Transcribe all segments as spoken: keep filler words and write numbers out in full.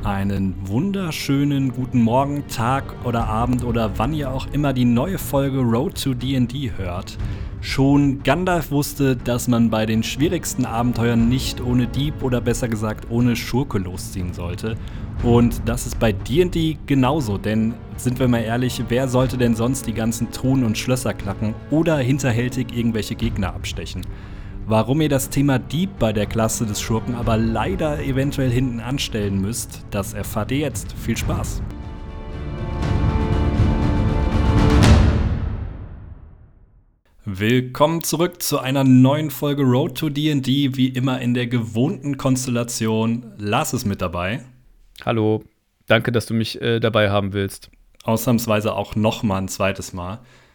Einen wunderschönen guten Morgen, Tag oder Abend oder wann ihr auch immer die neue Folge Road to D and D hört. Schon Gandalf wusste, dass man bei den schwierigsten Abenteuern nicht ohne Dieb oder besser gesagt ohne Schurke losziehen sollte. Und das ist bei D and D genauso, denn sind wir mal ehrlich, wer sollte denn sonst die ganzen Truhen und Schlösser knacken oder hinterhältig irgendwelche Gegner abstechen? Warum ihr das Thema Dieb bei der Klasse des Schurken aber leider eventuell hinten anstellen müsst, das erfahrt ihr jetzt. Viel Spaß! Willkommen zurück zu einer neuen Folge Road to D and D, wie immer in der gewohnten Konstellation. Lars ist mit dabei. Hallo, danke, dass du mich äh, dabei haben willst. Ausnahmsweise auch noch mal ein zweites Mal.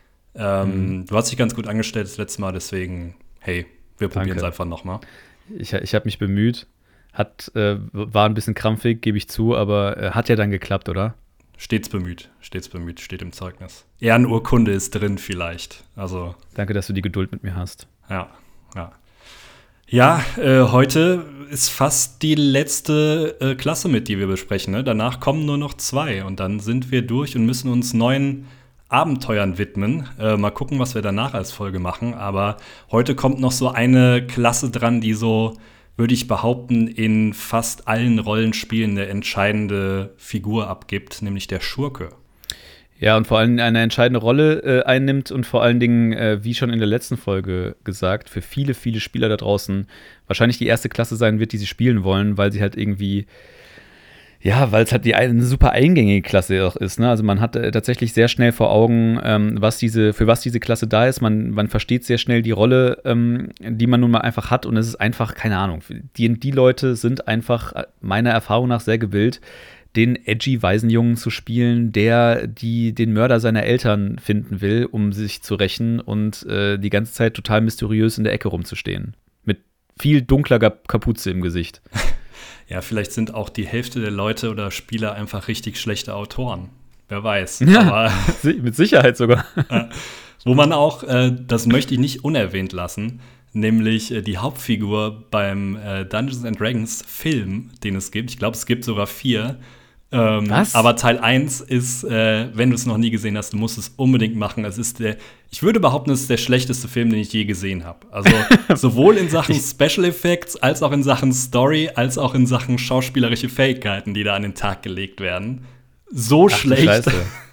Ähm, mhm. Du hast dich ganz gut angestellt das letzte Mal, deswegen, hey, wir probieren es einfach noch mal. Ich, ich habe mich bemüht, hat, äh, war ein bisschen krampfig, gebe ich zu, aber äh, hat ja dann geklappt, oder? Stets bemüht, stets bemüht, steht im Zeugnis. Ehrenurkunde ist drin vielleicht. Also danke, dass du die Geduld mit mir hast. Ja, ja. Ja, äh, heute ist fast die letzte äh, Klasse mit, die wir besprechen. Ne? Danach kommen nur noch zwei und dann sind wir durch und müssen uns neuen Abenteuern widmen. Äh, mal gucken, was wir danach als Folge machen. Aber heute kommt noch so eine Klasse dran, die so, würde ich behaupten, in fast allen Rollenspielen eine entscheidende Figur abgibt, nämlich der Schurke. Ja, und vor allem eine entscheidende Rolle äh, einnimmt und vor allen Dingen, äh, wie schon in der letzten Folge gesagt, für viele, viele Spieler da draußen wahrscheinlich die erste Klasse sein wird, die sie spielen wollen, weil sie halt irgendwie, ja, weil es halt die eine super eingängige Klasse auch ist. Ne? Also man hat äh, tatsächlich sehr schnell vor Augen, ähm, was diese, für was diese Klasse da ist. Man, man versteht sehr schnell die Rolle, ähm, die man nun mal einfach hat. Und es ist einfach, keine Ahnung, D and D-Leute sind einfach meiner Erfahrung nach sehr gewillt, den edgy Waisenjungen zu spielen, der die den Mörder seiner Eltern finden will, um sich zu rächen und äh, die ganze Zeit total mysteriös in der Ecke rumzustehen. Mit viel dunkler Kapuze im Gesicht. Ja, vielleicht sind auch die Hälfte der Leute oder Spieler einfach richtig schlechte Autoren. Wer weiß. Ja, aber mit Sicherheit sogar. Äh, wo man auch, äh, das möchte ich nicht unerwähnt lassen, nämlich äh, die Hauptfigur beim äh, Dungeons and Dragons Film, den es gibt. Ich glaube, es gibt sogar vier. Ähm, Was? Aber Teil eins ist, äh, wenn du es noch nie gesehen hast, du musst es unbedingt machen. Es ist der, ich würde behaupten, es ist der schlechteste Film, den ich je gesehen habe. Also sowohl in Sachen Special Effects, als auch in Sachen Story, als auch in Sachen schauspielerische Fähigkeiten, die da an den Tag gelegt werden. So Ach, schlecht. Scheiße.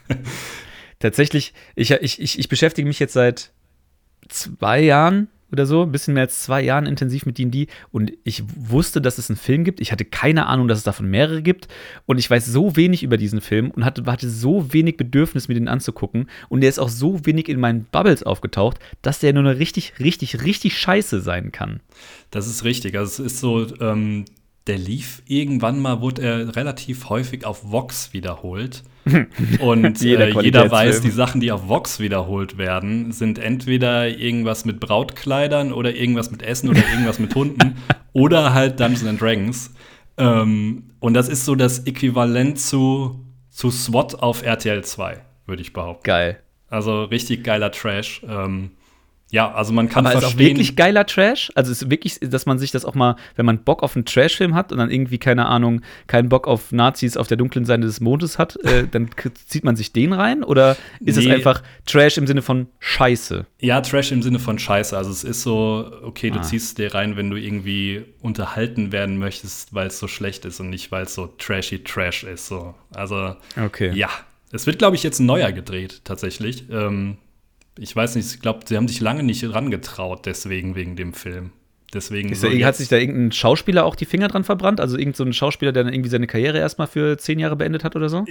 Tatsächlich, ich, ich, ich, ich beschäftige mich jetzt seit zwei Jahren oder so, ein bisschen mehr als zwei Jahren intensiv mit D and D und ich wusste, dass es einen Film gibt. Ich hatte keine Ahnung, dass es davon mehrere gibt und ich weiß so wenig über diesen Film und hatte, hatte so wenig Bedürfnis, mir den anzugucken und der ist auch so wenig in meinen Bubbles aufgetaucht, dass der nur eine richtig, richtig, richtig scheiße sein kann. Das ist richtig. Also es ist so, ähm, der lief irgendwann mal, wurde er relativ häufig auf Vox wiederholt. Und jeder, äh, jeder weiß, die Sachen, die auf Vox wiederholt werden, sind entweder irgendwas mit Brautkleidern oder irgendwas mit Essen oder irgendwas mit Hunden oder halt Dungeons and Dragons. Ähm, und das ist so das Äquivalent zu, zu SWAT auf R T L zwei, würde ich behaupten. Geil. Also richtig geiler Trash. Ähm, Ja, also man kann Aber verstehen. ist auch wirklich geiler Trash? Also ist wirklich, dass man sich das auch mal, wenn man Bock auf einen Trash-Film hat und dann irgendwie, keine Ahnung, keinen Bock auf Nazis auf der dunklen Seite des Mondes hat, äh, dann zieht man sich den rein? Oder ist nee. es einfach Trash im Sinne von Scheiße? Ja, Trash im Sinne von Scheiße. Also es ist so, okay, du ah. ziehst dir rein, wenn du irgendwie unterhalten werden möchtest, weil es so schlecht ist und nicht, weil es so trashy Trash ist. So. Also, okay. Ja. Es wird, glaube ich, jetzt ein neuer gedreht, tatsächlich. Ähm, Ich weiß nicht, ich glaube, sie haben sich lange nicht rangetraut, deswegen, wegen dem Film. Deswegen Ist so da, hat sich da irgendein Schauspieler auch die Finger dran verbrannt? Also irgendein so ein Schauspieler, der dann irgendwie seine Karriere erstmal für zehn Jahre beendet hat oder so?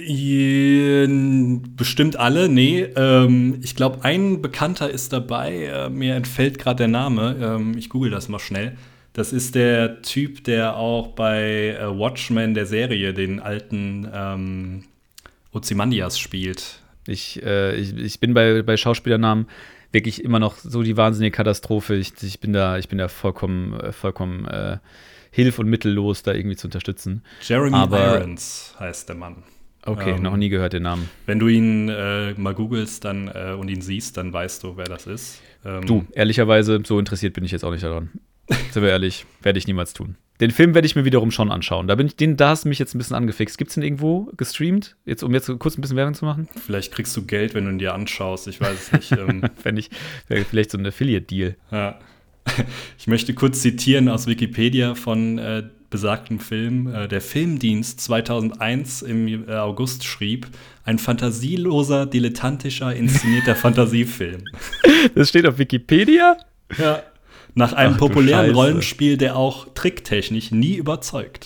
Bestimmt alle, nee. Ähm, ich glaube, ein Bekannter ist dabei. Äh, mir entfällt gerade der Name. Ähm, ich google das mal schnell. Das ist der Typ, der auch bei äh, Watchmen, der Serie, den alten ähm, Ozymandias spielt. Ich, äh, ich, ich bin bei, bei Schauspielernamen wirklich immer noch so die wahnsinnige Katastrophe. Ich, ich bin da, ich bin da vollkommen, vollkommen äh, hilf- und mittellos, da irgendwie zu unterstützen. Jeremy Aber, Irons heißt der Mann. Okay, ähm, noch nie gehört den Namen. Wenn du ihn äh, mal googelst dann, äh, und ihn siehst, dann weißt du, wer das ist. Ähm, du, ehrlicherweise, so interessiert bin ich jetzt auch nicht daran. Sind wir ehrlich, werde ich niemals tun. Den Film werde ich mir wiederum schon anschauen. Da bin ich, den, da hast du mich jetzt ein bisschen angefixt. Gibt's den irgendwo gestreamt? Jetzt, um jetzt kurz ein bisschen Werbung zu machen? Vielleicht kriegst du Geld, wenn du ihn dir anschaust. Ich weiß es nicht. ähm. Fände ich, wäre vielleicht so ein Affiliate-Deal. Ja. Ich möchte kurz zitieren aus Wikipedia von äh, besagtem Film. Äh, der Filmdienst zweitausendeins im äh, August schrieb, ein fantasieloser, dilettantischer, inszenierter Fantasiefilm. Das steht auf Wikipedia? Ja. Nach einem Ach, populären Rollenspiel, der auch tricktechnisch nie überzeugt.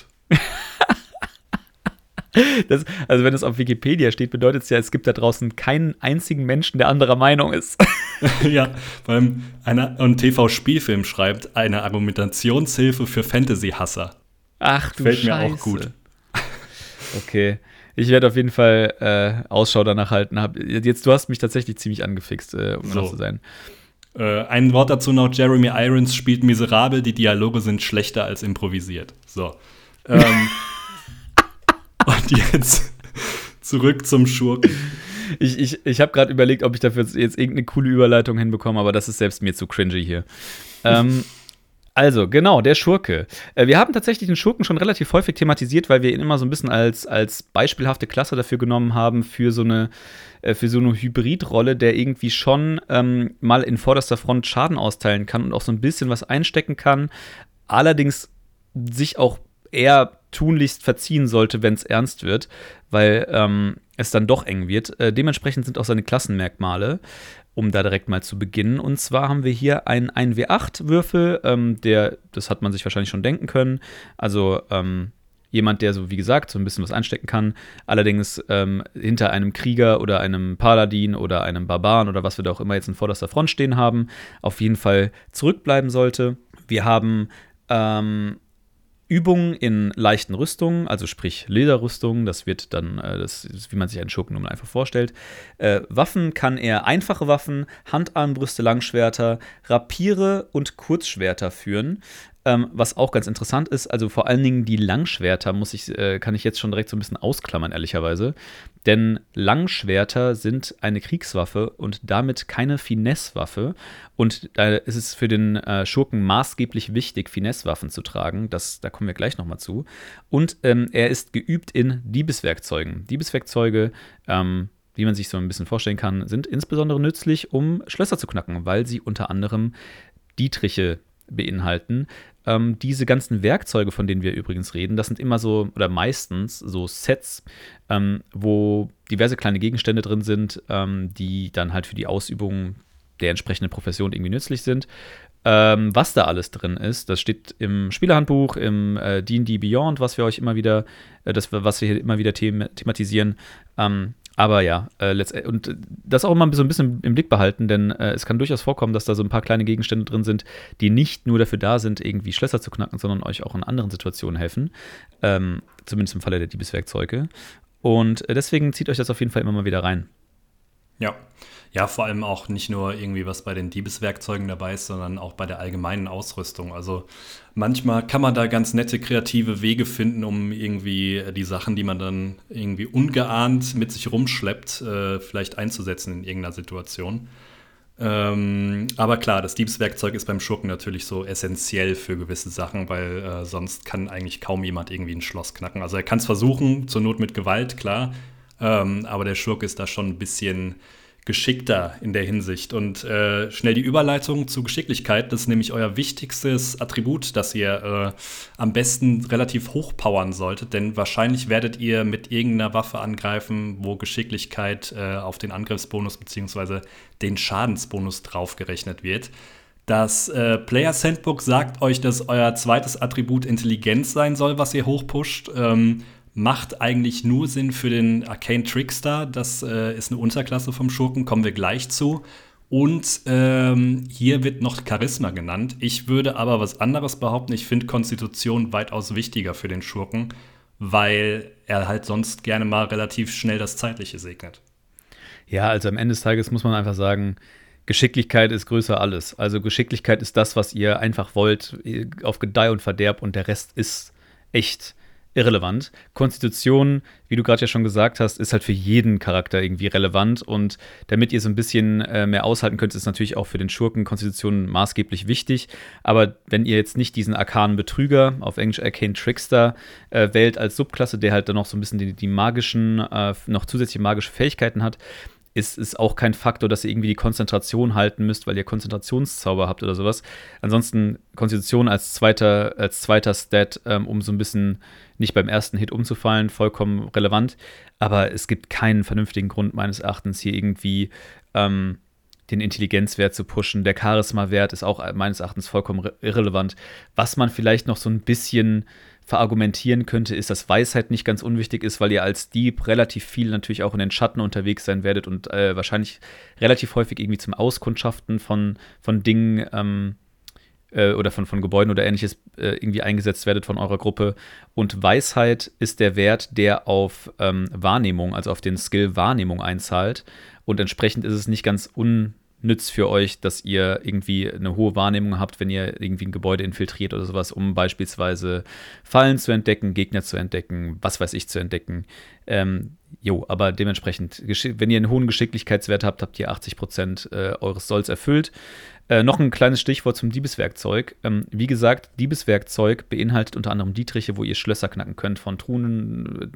Das, also wenn es auf Wikipedia steht, bedeutet es ja, es gibt da draußen keinen einzigen Menschen, der anderer Meinung ist. Ja, vor allem einer, ein T V-Spielfilm schreibt, eine Argumentationshilfe für Fantasy-Hasser. Ach du Fällt Scheiße. mir auch gut. Okay, ich werde auf jeden Fall äh, Ausschau danach halten. Hab, jetzt, du hast mich tatsächlich ziemlich angefixt, äh, um So. genau zu sein. Äh, ein Wort dazu noch, Jeremy Irons spielt miserabel, die Dialoge sind schlechter als improvisiert. So. Ähm, und jetzt zurück zum Schurken. Ich, ich, ich habe gerade überlegt, ob ich dafür jetzt irgendeine coole Überleitung hinbekomme, aber das ist selbst mir zu cringy hier. ähm, also, genau, der Schurke. Äh, wir haben tatsächlich den Schurken schon relativ häufig thematisiert, weil wir ihn immer so ein bisschen als, als beispielhafte Klasse dafür genommen haben, für so eine, äh, für so eine Hybridrolle, der irgendwie schon ähm, mal in vorderster Front Schaden austeilen kann und auch so ein bisschen was einstecken kann, allerdings sich auch eher tunlichst verziehen sollte, wenn es ernst wird, weil ähm, es dann doch eng wird. Äh, dementsprechend sind auch seine Klassenmerkmale, um da direkt mal zu beginnen. Und zwar haben wir hier einen ein W acht Würfel, ähm, der, das hat man sich wahrscheinlich schon denken können, also ähm, jemand, der so, wie gesagt, so ein bisschen was einstecken kann, allerdings ähm, hinter einem Krieger oder einem Paladin oder einem Barbaren oder was wir da auch immer jetzt in vorderster Front stehen haben, auf jeden Fall zurückbleiben sollte. Wir haben ähm, Übungen in leichten Rüstungen, also sprich Lederrüstungen, das wird dann, äh, das ist, wie man sich einen Schurken nun mal einfach vorstellt. Äh, Waffen kann er einfache Waffen, Handarmbrüste, Langschwerter, Rapiere und Kurzschwerter führen. Ähm, was auch ganz interessant ist, also vor allen Dingen die Langschwerter muss ich, äh, kann ich jetzt schon direkt so ein bisschen ausklammern, ehrlicherweise. Denn Langschwerter sind eine Kriegswaffe und damit keine Finesse-Waffe. Und da ist es für den äh, Schurken maßgeblich wichtig, Finesse-Waffen zu tragen. Das, da kommen wir gleich nochmal zu. Und ähm, er ist geübt in Diebeswerkzeugen. Diebeswerkzeuge, ähm, wie man sich so ein bisschen vorstellen kann, sind insbesondere nützlich, um Schlösser zu knacken, weil sie unter anderem Dietriche beinhalten. Ähm, diese ganzen Werkzeuge, von denen wir übrigens reden, das sind immer so, oder meistens so Sets, ähm, wo diverse kleine Gegenstände drin sind, ähm, die dann halt für die Ausübung der entsprechenden Profession irgendwie nützlich sind. Ähm, was da alles drin ist, das steht im Spielerhandbuch, im äh, D und D Beyond, was wir euch immer wieder, äh, das, was wir hier immer wieder them- thematisieren. Ähm, Aber ja, äh, letzt- und das auch immer so ein bisschen im Blick behalten, denn äh, es kann durchaus vorkommen, dass da so ein paar kleine Gegenstände drin sind, die nicht nur dafür da sind, irgendwie Schlösser zu knacken, sondern euch auch in anderen Situationen helfen. Ähm, zumindest im Falle der Diebeswerkzeuge. Und äh, deswegen zieht euch das auf jeden Fall immer mal wieder rein. Ja. Ja, vor allem auch nicht nur irgendwie was bei den Diebeswerkzeugen dabei ist, sondern auch bei der allgemeinen Ausrüstung. Also manchmal kann man da ganz nette kreative Wege finden, um irgendwie die Sachen, die man dann irgendwie ungeahnt mit sich rumschleppt, äh, vielleicht einzusetzen in irgendeiner Situation. Ähm, aber klar, das Diebeswerkzeug ist beim Schurken natürlich so essentiell für gewisse Sachen, weil äh, sonst kann eigentlich kaum jemand irgendwie ein Schloss knacken. Also er kann es versuchen, zur Not mit Gewalt, klar, ähm, aber der Schurke ist da schon ein bisschen geschickter in der Hinsicht. Und äh, schnell die Überleitung zu Geschicklichkeit, das ist nämlich euer wichtigstes Attribut, das ihr äh, am besten relativ hochpowern solltet, denn wahrscheinlich werdet ihr mit irgendeiner Waffe angreifen, wo Geschicklichkeit äh, auf den Angriffsbonus bzw. den Schadensbonus draufgerechnet wird. Das äh, Players Handbook sagt euch, dass euer zweites Attribut Intelligenz sein soll, was ihr hochpusht. Ähm, Macht eigentlich nur Sinn für den Arcane Trickster. Das äh, ist eine Unterklasse vom Schurken, kommen wir gleich zu. Und ähm, hier wird noch Charisma genannt. Ich würde aber was anderes behaupten. Ich finde Konstitution weitaus wichtiger für den Schurken, weil er halt sonst gerne mal relativ schnell das Zeitliche segnet. Ja, also am Ende des Tages muss man einfach sagen, Geschicklichkeit ist größer alles. Also Geschicklichkeit ist das, was ihr einfach wollt, auf Gedeih und Verderb, und der Rest ist echt irrelevant. Konstitution, wie du gerade ja schon gesagt hast, ist halt für jeden Charakter irgendwie relevant und damit ihr so ein bisschen äh, mehr aushalten könnt, ist natürlich auch für den Schurken Konstitution maßgeblich wichtig. Aber wenn ihr jetzt nicht diesen arkanen Betrüger, auf Englisch Arcane Trickster, äh, wählt als Subklasse, der halt dann noch so ein bisschen die, die magischen, äh, noch zusätzliche magische Fähigkeiten hat, ist es auch kein Faktor, dass ihr irgendwie die Konzentration halten müsst, weil ihr Konzentrationszauber habt oder sowas. Ansonsten Konstitution als zweiter, als zweiter Stat, ähm, um so ein bisschen nicht beim ersten Hit umzufallen, vollkommen relevant. Aber es gibt keinen vernünftigen Grund meines Erachtens hier irgendwie ähm, den Intelligenzwert zu pushen. Der Charisma-Wert ist auch meines Erachtens vollkommen irrelevant. Was man vielleicht noch so ein bisschen verargumentieren könnte, ist, dass Weisheit nicht ganz unwichtig ist, weil ihr als Dieb relativ viel natürlich auch in den Schatten unterwegs sein werdet und äh, wahrscheinlich relativ häufig irgendwie zum Auskundschaften von, von Dingen ähm, äh, oder von, von Gebäuden oder ähnliches äh, irgendwie eingesetzt werdet von eurer Gruppe. Und Weisheit ist der Wert, der auf ähm, Wahrnehmung, also auf den Skill Wahrnehmung einzahlt. Und entsprechend ist es nicht ganz un nützt für euch, dass ihr irgendwie eine hohe Wahrnehmung habt, wenn ihr irgendwie ein Gebäude infiltriert oder sowas, um beispielsweise Fallen zu entdecken, Gegner zu entdecken, was weiß ich zu entdecken. Ähm, jo, aber dementsprechend, wenn ihr einen hohen Geschicklichkeitswert habt, habt ihr achtzig Prozent äh, eures Solls erfüllt. Äh, noch ein kleines Stichwort zum Diebeswerkzeug. Ähm, wie gesagt, Diebeswerkzeug beinhaltet unter anderem Dietriche, wo ihr Schlösser knacken könnt von Truhen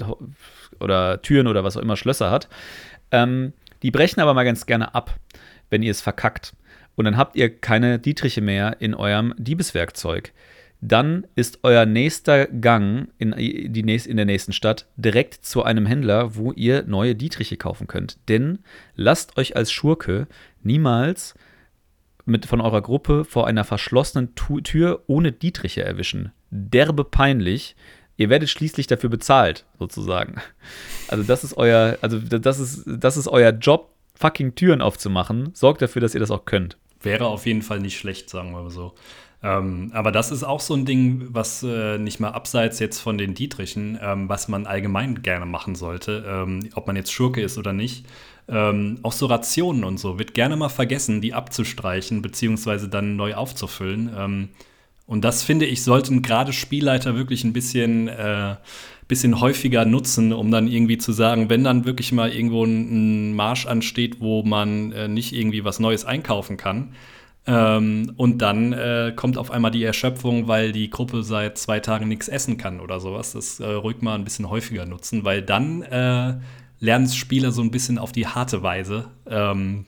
oder Türen oder was auch immer Schlösser hat. Ähm, die brechen aber mal ganz gerne ab, wenn ihr es verkackt. Und dann habt ihr keine Dietriche mehr in eurem Diebeswerkzeug. Dann ist euer nächster Gang in, die nächst, in der nächsten Stadt direkt zu einem Händler, wo ihr neue Dietriche kaufen könnt. Denn lasst euch als Schurke niemals mit, von eurer Gruppe vor einer verschlossenen tu- Tür ohne Dietriche erwischen. Derbe peinlich. Ihr werdet schließlich dafür bezahlt, sozusagen. Also das ist euer, also das ist, das ist euer Job, fucking Türen aufzumachen. Sorgt dafür, dass ihr das auch könnt. Wäre auf jeden Fall nicht schlecht, sagen wir mal so. Ähm, aber das ist auch so ein Ding, was äh, nicht mal abseits jetzt von den Dietrichen, ähm, was man allgemein gerne machen sollte, ähm, ob man jetzt Schurke ist oder nicht. Ähm, auch so Rationen und so wird gerne mal vergessen, die abzustreichen, beziehungsweise dann neu aufzufüllen. Ähm, und das, finde ich, sollten gerade Spielleiter wirklich ein bisschen äh, bisschen häufiger nutzen, um dann irgendwie zu sagen, wenn dann wirklich mal irgendwo ein, ein Marsch ansteht, wo man äh, nicht irgendwie was Neues einkaufen kann, ähm, und dann äh, kommt auf einmal die Erschöpfung, weil die Gruppe seit zwei Tagen nichts essen kann oder sowas. Das äh, ruhig mal ein bisschen häufiger nutzen, weil dann äh, lernen Spieler so ein bisschen auf die harte Weise. Ähm,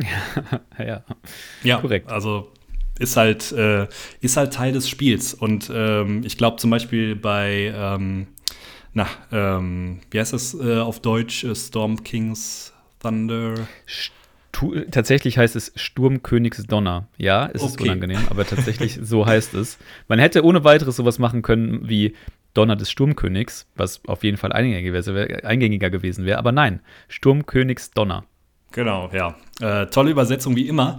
ja, ja, korrekt. Also ist halt, äh, ist halt Teil des Spiels. Und ähm, ich glaube zum Beispiel bei ähm, Na, ähm, wie heißt das äh, auf Deutsch? Äh, Storm King's Thunder? Stu- tatsächlich heißt es Sturmkönigs Donner. Ja, es ist Okay. unangenehm, aber tatsächlich so heißt es. Man hätte ohne weiteres sowas machen können wie Donner des Sturmkönigs, was auf jeden Fall eingängiger gewesen wäre. Aber nein, Sturmkönigs Donner. Genau, ja. Äh, tolle Übersetzung wie immer.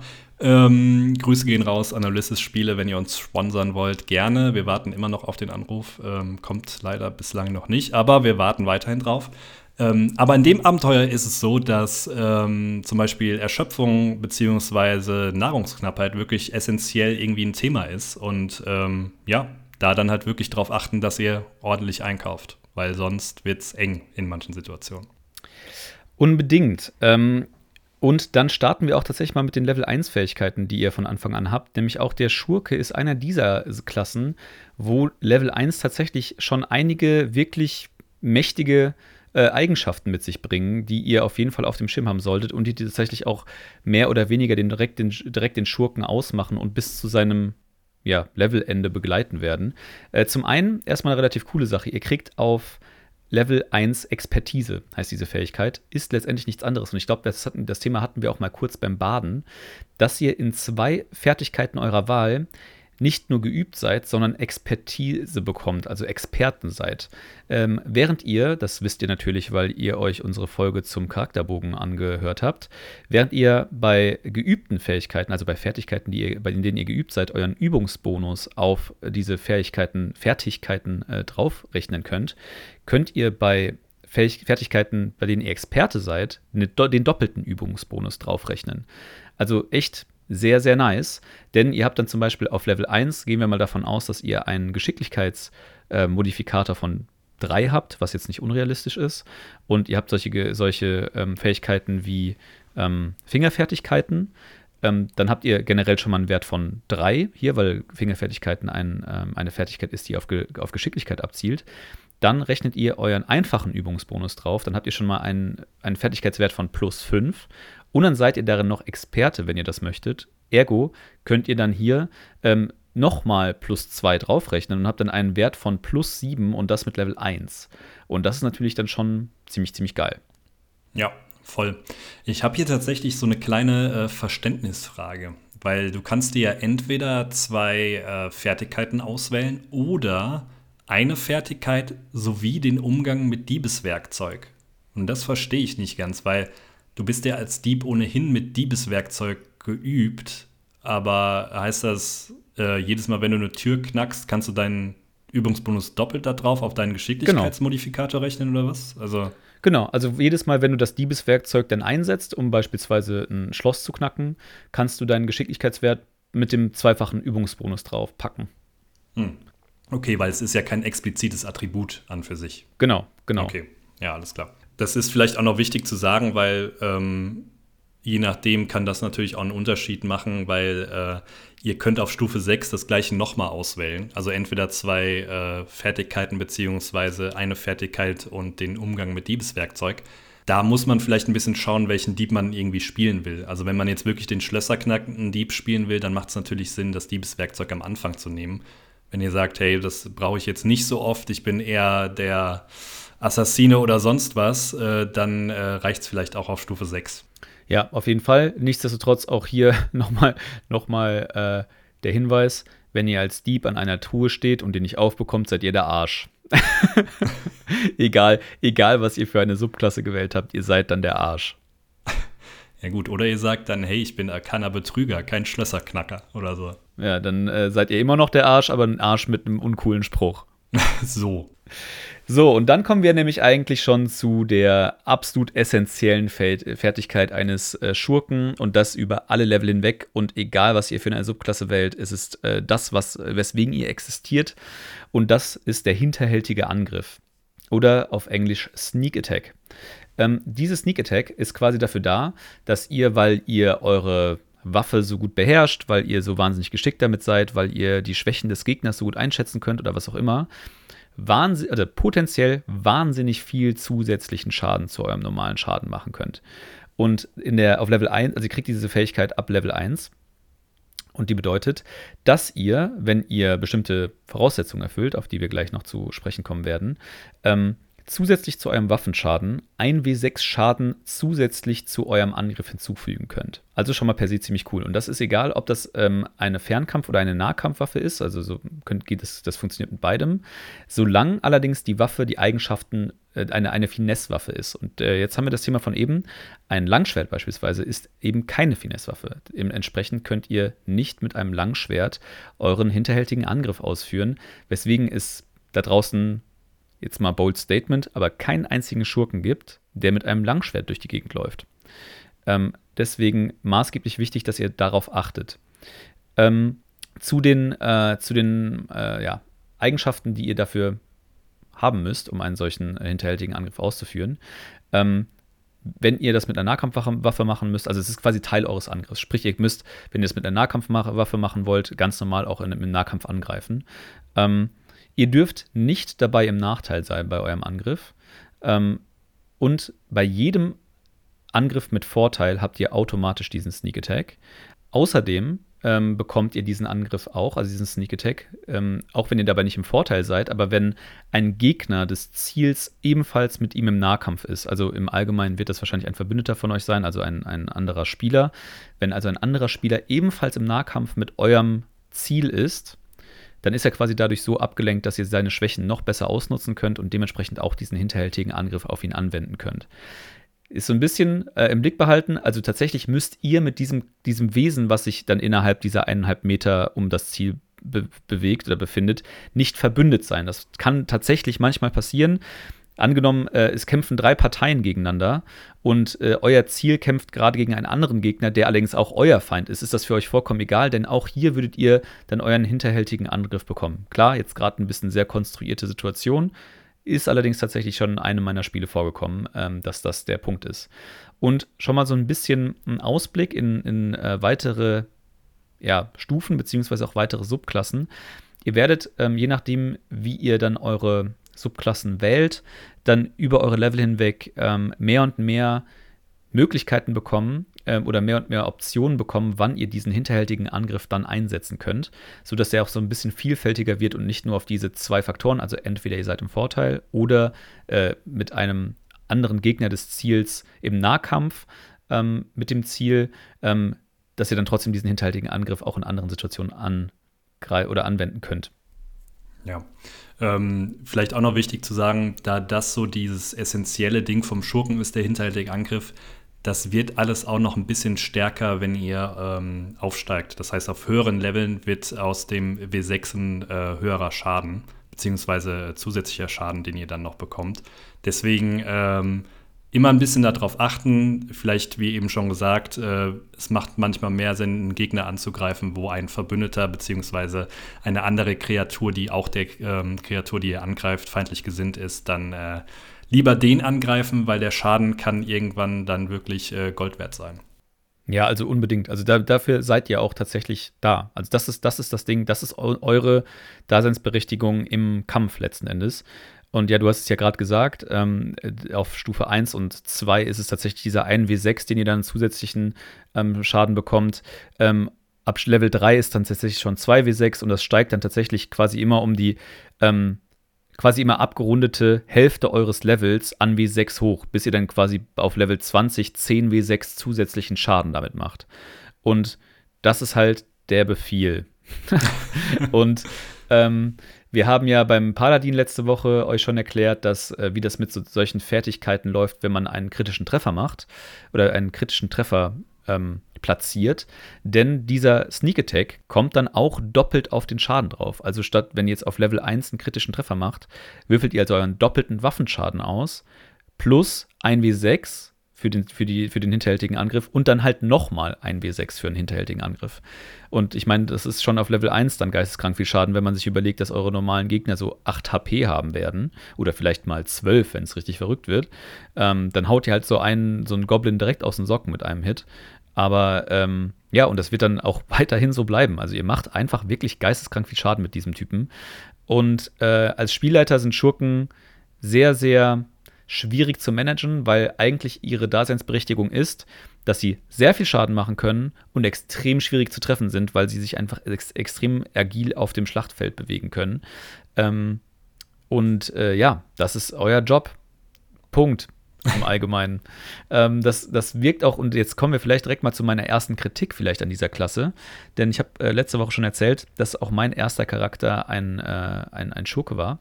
Ähm, Grüße gehen raus an Ulysses Spiele, wenn ihr uns sponsern wollt, gerne. Wir warten immer noch auf den Anruf. Ähm, kommt leider bislang noch nicht, aber wir warten weiterhin drauf. Ähm, aber in dem Abenteuer ist es so, dass ähm, zum Beispiel Erschöpfung bzw. Nahrungsknappheit wirklich essentiell irgendwie ein Thema ist. Und ähm, ja, da dann halt wirklich drauf achten, dass ihr ordentlich einkauft, weil sonst wird's eng in manchen Situationen. Unbedingt. Ähm, und dann starten wir auch tatsächlich mal mit den Level eins Fähigkeiten, die ihr von Anfang an habt. Nämlich auch der Schurke ist einer dieser Klassen, wo Level eins tatsächlich schon einige wirklich mächtige äh, Eigenschaften mit sich bringen, die ihr auf jeden Fall auf dem Schirm haben solltet und die tatsächlich auch mehr oder weniger den, direkt, den, direkt den Schurken ausmachen und bis zu seinem ja, Levelende begleiten werden. Äh, zum einen erstmal eine relativ coole Sache. Ihr kriegt auf Level eins Expertise, heißt diese Fähigkeit, ist letztendlich nichts anderes. Und ich glaube, das, das Thema hatten wir auch mal kurz beim Baden, dass ihr in zwei Fertigkeiten eurer Wahl nicht nur geübt seid, sondern Expertise bekommt, also Experten seid. Ähm, während ihr, das wisst ihr natürlich, weil ihr euch unsere Folge zum Charakterbogen angehört habt, während ihr bei geübten Fähigkeiten, also bei Fertigkeiten, die ihr, bei denen ihr geübt seid, euren Übungsbonus auf diese Fähigkeiten, Fertigkeiten äh, draufrechnen könnt, könnt ihr bei Fähig- Fertigkeiten, bei denen ihr Experte seid, ne, do- den doppelten Übungsbonus draufrechnen. Also echt sehr, sehr nice, denn ihr habt dann zum Beispiel auf Level eins, gehen wir mal davon aus, dass ihr einen Geschicklichkeitsmodifikator äh, von drei habt, was jetzt nicht unrealistisch ist, und ihr habt solche, solche ähm, Fähigkeiten wie ähm, Fingerfertigkeiten, ähm, dann habt ihr generell schon mal einen Wert von drei hier, weil Fingerfertigkeiten ein, ähm, eine Fertigkeit ist, die auf, Ge- auf Geschicklichkeit abzielt. Dann rechnet ihr euren einfachen Übungsbonus drauf. Dann habt ihr schon mal einen, einen Fertigkeitswert von plus fünf. Und dann seid ihr darin noch Experte, wenn ihr das möchtet. Ergo könnt ihr dann hier ähm, nochmal plus zwei draufrechnen und habt dann einen Wert von plus sieben und das mit Level eins. Und das ist natürlich dann schon ziemlich, ziemlich geil. Ja, voll. Ich habe hier tatsächlich so eine kleine äh, Verständnisfrage. Weil du kannst dir ja entweder zwei äh, Fertigkeiten auswählen oder eine Fertigkeit sowie den Umgang mit Diebeswerkzeug. Und das verstehe ich nicht ganz, weil du bist ja als Dieb ohnehin mit Diebeswerkzeug geübt, aber heißt das, äh, jedes Mal, wenn du eine Tür knackst, kannst du deinen Übungsbonus doppelt da drauf auf deinen Geschicklichkeitsmodifikator rechnen oder was? Also Genau, also jedes Mal, wenn du das Diebeswerkzeug dann einsetzt, um beispielsweise ein Schloss zu knacken, kannst du deinen Geschicklichkeitswert mit dem zweifachen Übungsbonus drauf packen. Hm. Okay, weil es ist ja kein explizites Attribut an für sich. Genau, genau. Okay, ja, alles klar. Das ist vielleicht auch noch wichtig zu sagen, weil ähm, je nachdem kann das natürlich auch einen Unterschied machen, weil äh, ihr könnt auf Stufe sechs das gleiche nochmal auswählen. Also entweder zwei äh, Fertigkeiten beziehungsweise eine Fertigkeit und den Umgang mit Diebeswerkzeug. Da muss man vielleicht ein bisschen schauen, welchen Dieb man irgendwie spielen will. Also wenn man jetzt wirklich den schlösserknackenden Dieb spielen will, dann macht es natürlich Sinn, das Diebeswerkzeug am Anfang zu nehmen. Wenn ihr sagt, hey, das brauche ich jetzt nicht so oft, ich bin eher der Assassine oder sonst was, äh, dann äh, reicht es vielleicht auch auf Stufe sechs. Ja, auf jeden Fall. Nichtsdestotrotz auch hier nochmal noch mal, äh, der Hinweis, wenn ihr als Dieb an einer Truhe steht und den nicht aufbekommt, seid ihr der Arsch. egal, egal, was ihr für eine Subklasse gewählt habt, ihr seid dann der Arsch. Ja gut, oder ihr sagt dann, hey, ich bin erkanner Betrüger, kein Schlösserknacker oder so. Ja, dann äh, seid ihr immer noch der Arsch, aber ein Arsch mit einem uncoolen Spruch. So. So, und dann kommen wir nämlich eigentlich schon zu der absolut essentiellen Fe- Fertigkeit eines äh, Schurken und das über alle Level hinweg. Und egal, was ihr für eine Subklasse wählt, es ist äh, das, was, weswegen ihr existiert. Und das ist der hinterhältige Angriff. Oder auf Englisch Sneak Attack. Ähm, diese Sneak Attack ist quasi dafür da, dass ihr, weil ihr eure Waffe so gut beherrscht, weil ihr so wahnsinnig geschickt damit seid, weil ihr die Schwächen des Gegners so gut einschätzen könnt oder was auch immer, Wahnsinn, also potenziell wahnsinnig viel zusätzlichen Schaden zu eurem normalen Schaden machen könnt. Und in der, auf Level eins, also ihr kriegt diese Fähigkeit ab Level eins. Und die bedeutet, dass ihr, wenn ihr bestimmte Voraussetzungen erfüllt, auf die wir gleich noch zu sprechen kommen werden, ähm, zusätzlich zu eurem Waffenschaden ein W sechs Schaden zusätzlich zu eurem Angriff hinzufügen könnt. Also schon mal per se ziemlich cool. Und das ist egal, ob das ähm, eine Fernkampf- oder eine Nahkampfwaffe ist. Also so könnt, geht das, das funktioniert mit beidem. Solange allerdings die Waffe die Eigenschaften äh, eine, eine Finesse-Waffe ist. Und äh, jetzt haben wir das Thema von eben. Ein Langschwert beispielsweise ist eben keine Finesse-Waffe. Entsprechend könnt ihr nicht mit einem Langschwert euren hinterhältigen Angriff ausführen, weswegen es da draußen, jetzt mal bold Statement, aber keinen einzigen Schurken gibt, der mit einem Langschwert durch die Gegend läuft. Ähm, deswegen maßgeblich wichtig, dass ihr darauf achtet. Ähm, zu den, äh, zu den äh, ja, Eigenschaften, die ihr dafür haben müsst, um einen solchen äh, hinterhältigen Angriff auszuführen. Ähm, wenn ihr das mit einer Nahkampfwaffe machen müsst, also es ist quasi Teil eures Angriffs. Sprich, ihr müsst, wenn ihr das mit einer Nahkampfwaffe machen wollt, ganz normal auch in, im Nahkampf angreifen. Ähm, Ihr dürft nicht dabei im Nachteil sein bei eurem Angriff. Ähm, und bei jedem Angriff mit Vorteil habt ihr automatisch diesen Sneak Attack. Außerdem ähm, bekommt ihr diesen Angriff auch, also diesen Sneak Attack, ähm, auch wenn ihr dabei nicht im Vorteil seid, aber wenn ein Gegner des Ziels ebenfalls mit ihm im Nahkampf ist, also im Allgemeinen wird das wahrscheinlich ein Verbündeter von euch sein, also ein, ein anderer Spieler. Wenn also ein anderer Spieler ebenfalls im Nahkampf mit eurem Ziel ist, dann ist er quasi dadurch so abgelenkt, dass ihr seine Schwächen noch besser ausnutzen könnt und dementsprechend auch diesen hinterhältigen Angriff auf ihn anwenden könnt. Ist so ein bisschen äh, im Blick behalten, also tatsächlich müsst ihr mit diesem, diesem Wesen, was sich dann innerhalb dieser eineinhalb Meter um das Ziel be- bewegt oder befindet, nicht verbündet sein. Das kann tatsächlich manchmal passieren. Angenommen, äh, es kämpfen drei Parteien gegeneinander und äh, euer Ziel kämpft gerade gegen einen anderen Gegner, der allerdings auch euer Feind ist, ist das für euch vollkommen egal, denn auch hier würdet ihr dann euren hinterhältigen Angriff bekommen. Klar, jetzt gerade ein bisschen sehr konstruierte Situation, Ist allerdings tatsächlich schon in einem meiner Spiele vorgekommen, ähm, dass das der Punkt ist. Und schon mal so ein bisschen ein Ausblick in, in äh, weitere ja, Stufen beziehungsweise auch weitere Subklassen. Ihr werdet, ähm, je nachdem, wie ihr dann eure Subklassen wählt, dann über eure Level hinweg ähm, mehr und mehr Möglichkeiten bekommen ähm, oder mehr und mehr Optionen bekommen, wann ihr diesen hinterhältigen Angriff dann einsetzen könnt, sodass der auch so ein bisschen vielfältiger wird und nicht nur auf diese zwei Faktoren, also entweder ihr seid im Vorteil oder äh, mit einem anderen Gegner des Ziels im Nahkampf ähm, mit dem Ziel, ähm, dass ihr dann trotzdem diesen hinterhältigen Angriff auch in anderen Situationen angreifen oder anwenden könnt. Ja, ähm, vielleicht auch noch wichtig zu sagen, da das so dieses essentielle Ding vom Schurken ist, der hinterhältige Angriff, das wird alles auch noch ein bisschen stärker, wenn ihr ähm, aufsteigt. Das heißt, auf höheren Leveln wird aus dem W sechs ein äh, höherer Schaden, beziehungsweise zusätzlicher Schaden, den ihr dann noch bekommt. Deswegen ähm, immer ein bisschen darauf achten, vielleicht wie eben schon gesagt, äh, es macht manchmal mehr Sinn, einen Gegner anzugreifen, wo ein Verbündeter beziehungsweise eine andere Kreatur, die auch der ähm, Kreatur, die ihr angreift, feindlich gesinnt ist, dann äh, lieber den angreifen, weil der Schaden kann irgendwann dann wirklich äh, Gold wert sein. Ja, also unbedingt. Also da, dafür seid ihr auch tatsächlich da. Also das ist, das ist das Ding, das ist eu- eure Daseinsberechtigung im Kampf letzten Endes. Und ja, du hast es ja gerade gesagt, ähm, auf Stufe eins und zwei ist es tatsächlich dieser ein W sechs, den ihr dann zusätzlichen ähm, Schaden bekommt. Ähm, ab Level drei ist dann tatsächlich schon zwei W sechs und das steigt dann tatsächlich quasi immer um die ähm, quasi immer abgerundete Hälfte eures Levels an W sechs hoch, bis ihr dann quasi auf Level zwanzig zehn W sechs zusätzlichen Schaden damit macht. Und das ist halt der Befehl. Und ähm, wir haben ja beim Paladin letzte Woche euch schon erklärt, dass, äh, wie das mit so, solchen Fertigkeiten läuft, wenn man einen kritischen Treffer macht oder einen kritischen Treffer ähm, platziert. Denn dieser Sneak Attack kommt dann auch doppelt auf den Schaden drauf. Also statt, wenn ihr jetzt auf Level eins einen kritischen Treffer macht, würfelt ihr also euren doppelten Waffenschaden aus plus ein W sechs für den, für, die, für den hinterhältigen Angriff und dann halt nochmal ein W sechs für einen hinterhältigen Angriff. Und ich meine, das ist schon auf Level eins dann geisteskrank viel Schaden, wenn man sich überlegt, dass eure normalen Gegner so acht H P haben werden oder vielleicht mal zwölf, wenn es richtig verrückt wird. Ähm, dann haut ihr halt so einen, so einen Goblin direkt aus den Socken mit einem Hit. Aber ähm, ja, und das wird dann auch weiterhin so bleiben. Also ihr macht einfach wirklich geisteskrank viel Schaden mit diesem Typen. Und äh, als Spielleiter sind Schurken sehr, sehr schwierig zu managen, weil eigentlich ihre Daseinsberechtigung ist, dass sie sehr viel Schaden machen können und extrem schwierig zu treffen sind, weil sie sich einfach ex- extrem agil auf dem Schlachtfeld bewegen können. Ähm, und äh, ja, das ist euer Job. Punkt. Im Allgemeinen. ähm, das, das wirkt auch, und jetzt kommen wir vielleicht direkt mal zu meiner ersten Kritik vielleicht an dieser Klasse, denn ich habe äh, letzte Woche schon erzählt, dass auch mein erster Charakter ein, äh, ein, ein Schurke war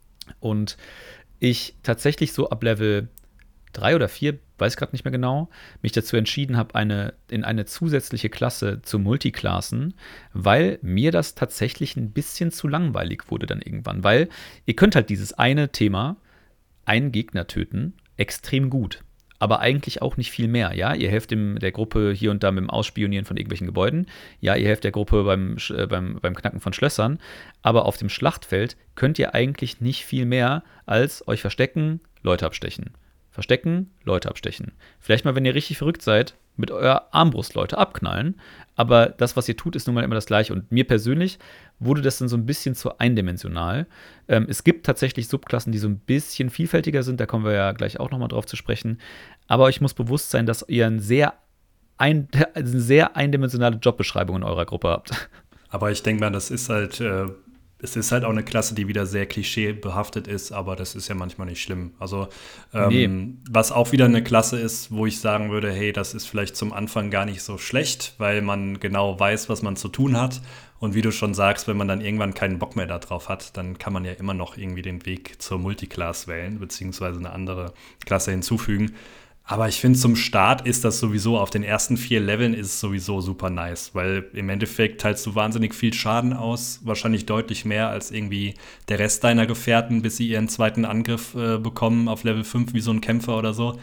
und ich tatsächlich so ab Level drei oder vier, weiß gerade nicht mehr genau, mich dazu entschieden habe, eine, in eine zusätzliche Klasse zu multiclassen, weil mir das tatsächlich ein bisschen zu langweilig wurde dann irgendwann, weil ihr könnt halt dieses eine Thema, einen Gegner töten, extrem gut. Aber eigentlich auch nicht viel mehr, ja. Ihr helft dem, der Gruppe hier und da mit dem Ausspionieren von irgendwelchen Gebäuden. Ja, ihr helft der Gruppe beim, äh, beim, beim Knacken von Schlössern. Aber auf dem Schlachtfeld könnt ihr eigentlich nicht viel mehr als euch verstecken, Leute abstechen. Verstecken, Leute abstechen. Vielleicht mal, wenn ihr richtig verrückt seid, mit eurer Armbrust Leute abknallen. Aber das, was ihr tut, ist nun mal immer das Gleiche. Und mir persönlich wurde das dann so ein bisschen zu eindimensional. Ähm, es gibt tatsächlich Subklassen, die so ein bisschen vielfältiger sind. Da kommen wir ja gleich auch noch mal drauf zu sprechen. Aber euch muss bewusst sein, dass ihr ein sehr ein, eine sehr eindimensionale Jobbeschreibung in eurer Gruppe habt. Aber ich denke mal, das ist halt äh es ist halt auch eine Klasse, die wieder sehr klischeebehaftet ist, aber das ist ja manchmal nicht schlimm. Also, ähm, nee. Was auch wieder eine Klasse ist, wo ich sagen würde, hey, das ist vielleicht zum Anfang gar nicht so schlecht, weil man genau weiß, was man zu tun hat. Und wie du schon sagst, wenn man dann irgendwann keinen Bock mehr darauf hat, dann kann man ja immer noch irgendwie den Weg zur Multiclass wählen, beziehungsweise eine andere Klasse hinzufügen. Aber ich finde, zum Start ist das sowieso, auf den ersten vier Leveln ist es sowieso super nice, weil im Endeffekt teilst du wahnsinnig viel Schaden aus, wahrscheinlich deutlich mehr als irgendwie der Rest deiner Gefährten, bis sie ihren zweiten Angriff äh, bekommen auf Level fünf wie so ein Kämpfer oder so.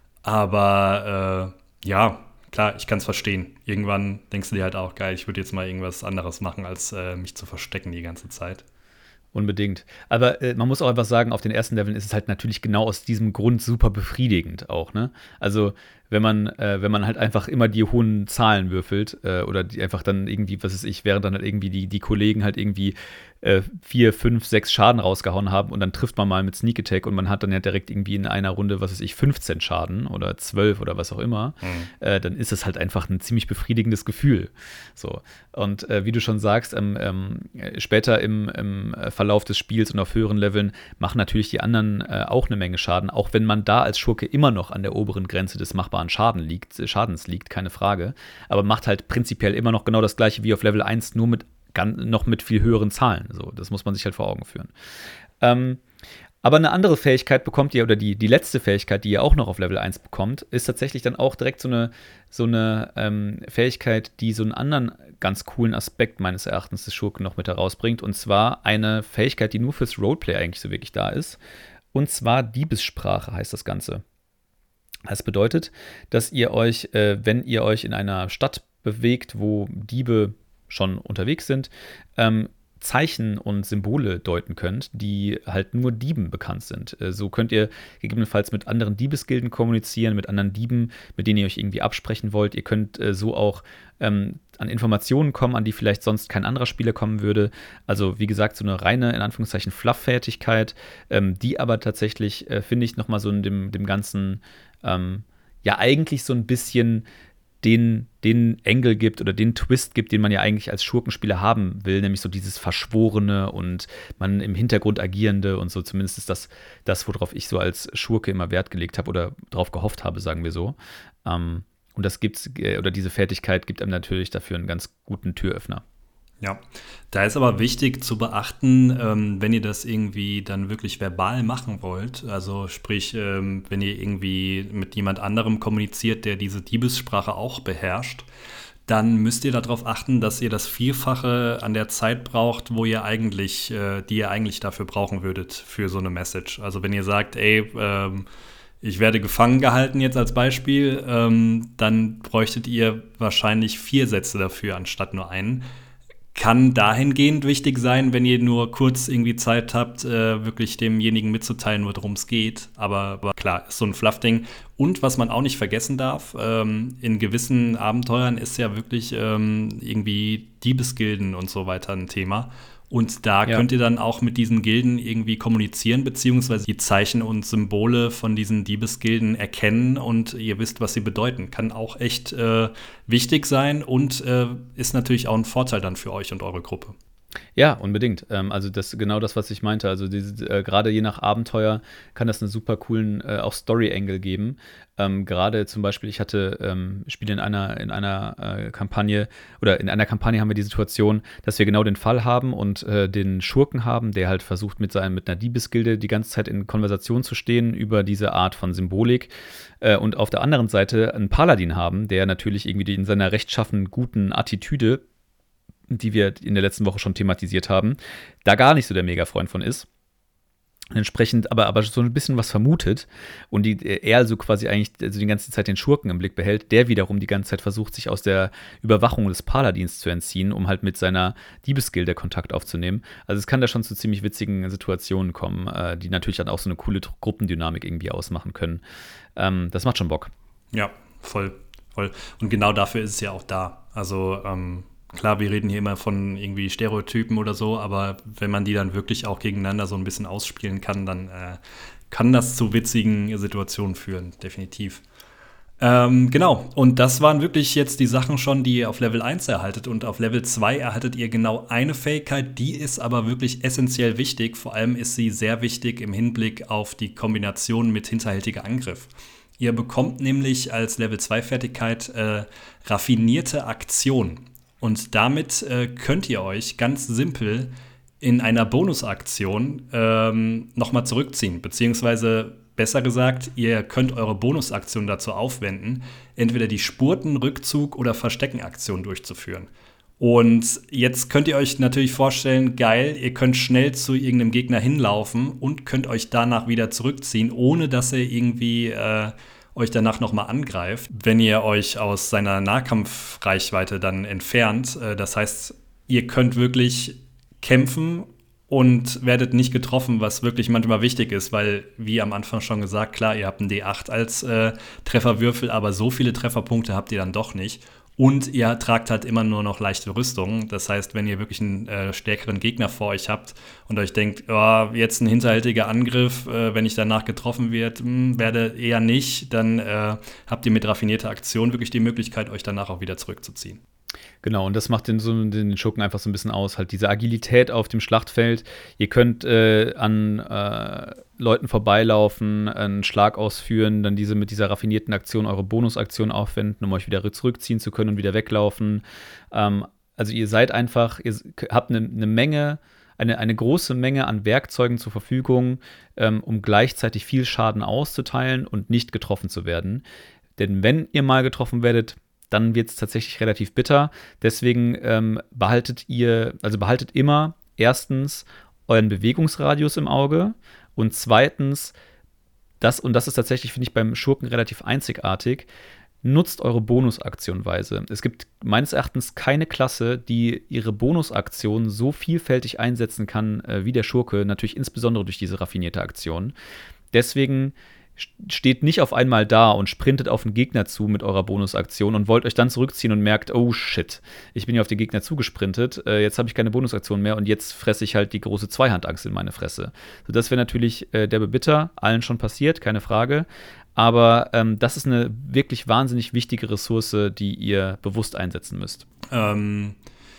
Aber äh, ja, klar, ich kann es verstehen. Irgendwann denkst du dir halt auch, geil, ich würde jetzt mal irgendwas anderes machen, als äh, mich zu verstecken die ganze Zeit. Unbedingt. Aber äh, man muss auch einfach sagen, auf den ersten Leveln ist es halt natürlich genau aus diesem Grund super befriedigend auch, ne? Also wenn man, äh, wenn man halt einfach immer die hohen Zahlen würfelt äh, oder die einfach dann irgendwie, was weiß ich, während dann halt irgendwie die, die Kollegen halt irgendwie äh, vier, fünf, sechs Schaden rausgehauen haben und dann trifft man mal mit Sneak Attack und man hat dann ja direkt irgendwie in einer Runde, was weiß ich, fünfzehn Schaden oder zwölf oder was auch immer, mhm. äh, dann ist es halt einfach ein ziemlich befriedigendes Gefühl. So. Und äh, wie du schon sagst, ähm, ähm, später im, im Verlauf des Spiels und auf höheren Leveln machen natürlich die anderen äh, auch eine Menge Schaden, auch wenn man da als Schurke immer noch an der oberen Grenze des machbaren Schaden liegt, Schadens liegt, keine Frage. Aber macht halt prinzipiell immer noch genau das gleiche wie auf Level eins, nur mit noch mit viel höheren Zahlen. So, das muss man sich halt vor Augen führen. Ähm, aber eine andere Fähigkeit bekommt ihr, oder die, die letzte Fähigkeit, die ihr auch noch auf Level eins bekommt, ist tatsächlich dann auch direkt so eine, so eine ähm, Fähigkeit, die so einen anderen ganz coolen Aspekt meines Erachtens des Schurken noch mit herausbringt. Und zwar eine Fähigkeit, die nur fürs Roleplay eigentlich so wirklich da ist. Und zwar Diebessprache heißt das Ganze. Das bedeutet, dass ihr euch, äh, wenn ihr euch in einer Stadt bewegt, wo Diebe schon unterwegs sind, ähm, Zeichen und Symbole deuten könnt, die halt nur Dieben bekannt sind. Äh, so könnt ihr gegebenenfalls mit anderen Diebesgilden kommunizieren, mit anderen Dieben, mit denen ihr euch irgendwie absprechen wollt. Ihr könnt äh, so auch ähm, an Informationen kommen, an die vielleicht sonst kein anderer Spieler kommen würde. Also wie gesagt, so eine reine, in Anführungszeichen, Fluff-Fertigkeit, ähm, die aber tatsächlich, äh, finde ich, nochmal so in dem, dem ganzen ähm, ja eigentlich so ein bisschen den, den Engel gibt oder den Twist gibt, den man ja eigentlich als Schurkenspieler haben will, nämlich so dieses Verschworene und man im Hintergrund agierende und so. Zumindest ist das das, worauf ich so als Schurke immer Wert gelegt habe oder darauf gehofft habe, sagen wir so. Ähm, und das gibt's, oder diese Fertigkeit gibt einem natürlich dafür einen ganz guten Türöffner. Ja, da ist aber wichtig zu beachten, ähm, wenn ihr das irgendwie dann wirklich verbal machen wollt, also sprich, ähm, wenn ihr irgendwie mit jemand anderem kommuniziert, der diese Diebessprache auch beherrscht, dann müsst ihr darauf achten, dass ihr das Vierfache an der Zeit braucht, wo ihr eigentlich, äh, die ihr eigentlich dafür brauchen würdet für so eine Message. Also wenn ihr sagt, ey, ähm, ich werde gefangen gehalten jetzt als Beispiel, ähm, dann bräuchtet ihr wahrscheinlich vier Sätze dafür anstatt nur einen. Kann dahingehend wichtig sein, wenn ihr nur kurz irgendwie Zeit habt, äh, wirklich demjenigen mitzuteilen, worum es geht. Aber, aber klar, ist so ein Fluff-Ding. Und was man auch nicht vergessen darf, ähm, in gewissen Abenteuern ist ja wirklich ähm, irgendwie Diebesgilden und so weiter ein Thema. Und da ja. könnt ihr dann auch mit diesen Gilden irgendwie kommunizieren, beziehungsweise die Zeichen und Symbole von diesen Diebesgilden erkennen und ihr wisst, was sie bedeuten. Kann auch echt äh, wichtig sein und äh, ist natürlich auch ein Vorteil dann für euch und eure Gruppe. Ja, unbedingt. Ähm, also das genau das, was ich meinte. Also diese, äh, gerade je nach Abenteuer kann das einen super coolen äh, auch Story-Angle geben. Ähm, gerade zum Beispiel, ich hatte ähm, Spiele in einer in einer äh, Kampagne oder in einer Kampagne haben wir die Situation, dass wir genau den Fall haben und äh, den Schurken haben, der halt versucht mit seinem mit einer Diebesgilde die ganze Zeit in Konversation zu stehen über diese Art von Symbolik. Äh, und auf der anderen Seite einen Paladin haben, der natürlich irgendwie in seiner rechtschaffen guten Attitüde, die wir in der letzten Woche schon thematisiert haben, da gar nicht so der Mega-Freund von ist. Entsprechend aber, aber so ein bisschen was vermutet und die, er also quasi eigentlich also die ganze Zeit den Schurken im Blick behält, der wiederum die ganze Zeit versucht, sich aus der Überwachung des Paladins zu entziehen, um halt mit seiner Diebesgilde Kontakt aufzunehmen. Also es kann da schon zu ziemlich witzigen Situationen kommen, äh, die natürlich dann auch so eine coole Gruppendynamik irgendwie ausmachen können. Ähm, das macht schon Bock. Ja, voll, voll. Und genau dafür ist es ja auch da. Also, ähm klar, wir reden hier immer von irgendwie Stereotypen oder so, aber wenn man die dann wirklich auch gegeneinander so ein bisschen ausspielen kann, dann äh, kann das zu witzigen Situationen führen, definitiv. Ähm, genau, und das waren wirklich jetzt die Sachen schon, die ihr auf Level eins erhaltet. Und auf Level zwei erhaltet ihr genau eine Fähigkeit, die ist aber wirklich essentiell wichtig. Vor allem ist sie sehr wichtig im Hinblick auf die Kombination mit hinterhältiger Angriff. Ihr bekommt nämlich als Level zwei Fertigkeit äh, raffinierte Aktion. Und damit äh, könnt ihr euch ganz simpel in einer Bonusaktion ähm, nochmal zurückziehen. Beziehungsweise, besser gesagt, ihr könnt eure Bonusaktion dazu aufwenden, entweder die Spurten-, Rückzug- oder Versteckenaktion durchzuführen. Und jetzt könnt ihr euch natürlich vorstellen, geil, ihr könnt schnell zu irgendeinem Gegner hinlaufen und könnt euch danach wieder zurückziehen, ohne dass ihr irgendwie äh, euch danach nochmal angreift, wenn ihr euch aus seiner Nahkampfreichweite dann entfernt. Das heißt, ihr könnt wirklich kämpfen und werdet nicht getroffen, was wirklich manchmal wichtig ist, weil, wie am Anfang schon gesagt, klar, ihr habt einen D acht als äh, Trefferwürfel, aber so viele Trefferpunkte habt ihr dann doch nicht. Und ihr tragt halt immer nur noch leichte Rüstung. Das heißt, wenn ihr wirklich einen äh, stärkeren Gegner vor euch habt und euch denkt, oh, jetzt ein hinterhältiger Angriff, äh, wenn ich danach getroffen werde, hm, werde eher nicht, dann äh, habt ihr mit raffinierter Aktion wirklich die Möglichkeit, euch danach auch wieder zurückzuziehen. Genau, und das macht den, so, den Schurken einfach so ein bisschen aus. Halt diese Agilität auf dem Schlachtfeld. Ihr könnt äh, an äh, Leuten vorbeilaufen, einen Schlag ausführen, dann diese mit dieser raffinierten Aktion eure Bonusaktion aufwenden, um euch wieder zurückziehen zu können und wieder weglaufen. Ähm, also ihr seid einfach, ihr habt eine ne Menge, eine, eine große Menge an Werkzeugen zur Verfügung, ähm, um gleichzeitig viel Schaden auszuteilen und nicht getroffen zu werden. Denn wenn ihr mal getroffen werdet, dann wird es tatsächlich relativ bitter. Deswegen ähm, behaltet ihr, also behaltet immer erstens euren Bewegungsradius im Auge und zweitens, das, und das ist tatsächlich, finde ich, beim Schurken relativ einzigartig, nutzt eure Bonusaktionweise. Es gibt meines Erachtens keine Klasse, die ihre Bonusaktion so vielfältig einsetzen kann äh, wie der Schurke, natürlich insbesondere durch diese raffinierte Aktion. Deswegen steht nicht auf einmal da und sprintet auf den Gegner zu mit eurer Bonusaktion und wollt euch dann zurückziehen und merkt, oh shit, ich bin ja auf den Gegner zugesprintet, äh, jetzt habe ich keine Bonusaktion mehr und jetzt fresse ich halt die große Zweihandachse in meine Fresse. So, das wäre natürlich äh, derbe bitter, allen schon passiert, keine Frage. Aber ähm, das ist eine wirklich wahnsinnig wichtige Ressource, die ihr bewusst einsetzen müsst. Ähm,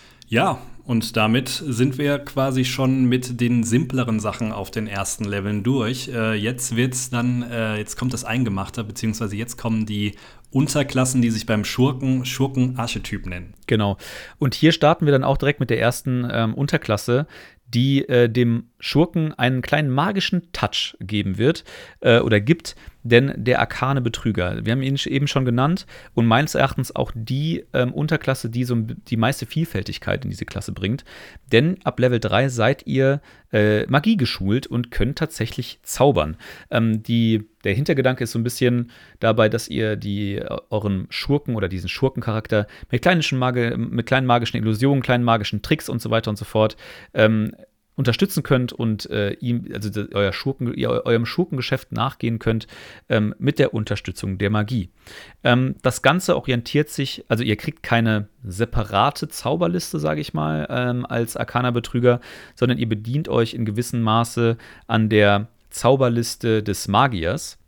ja, und damit sind wir quasi schon mit den simpleren Sachen auf den ersten Leveln durch. Äh, jetzt wird's dann, äh, jetzt kommt das Eingemachte, beziehungsweise jetzt kommen die Unterklassen, die sich beim Schurken Schurken-Archetyp nennen. Genau. Und hier starten wir dann auch direkt mit der ersten ähm, Unterklasse, die äh, dem Schurken einen kleinen magischen Touch geben wird äh, oder gibt, denn der arkane Betrüger. Wir haben ihn eben schon genannt und meines Erachtens auch die ähm, Unterklasse, die so die meiste Vielfältigkeit in diese Klasse bringt. Denn ab Level drei seid ihr äh, Magie geschult und könnt tatsächlich zaubern. Ähm, die, der Hintergedanke ist so ein bisschen dabei, dass ihr die, euren Schurken oder diesen Schurkencharakter mit kleinen, Magi- mit kleinen magischen Illusionen, kleinen magischen Tricks und so weiter und so fort ähm, unterstützen könnt und äh, ihm, also de, euer Schurken, ihr eurem Schurkengeschäft nachgehen könnt ähm, mit der Unterstützung der Magie. Ähm, das Ganze orientiert sich, also ihr kriegt keine separate Zauberliste, sage ich mal, ähm, als arkaner Betrüger, sondern ihr bedient euch in gewissem Maße an der Zauberliste des Magiers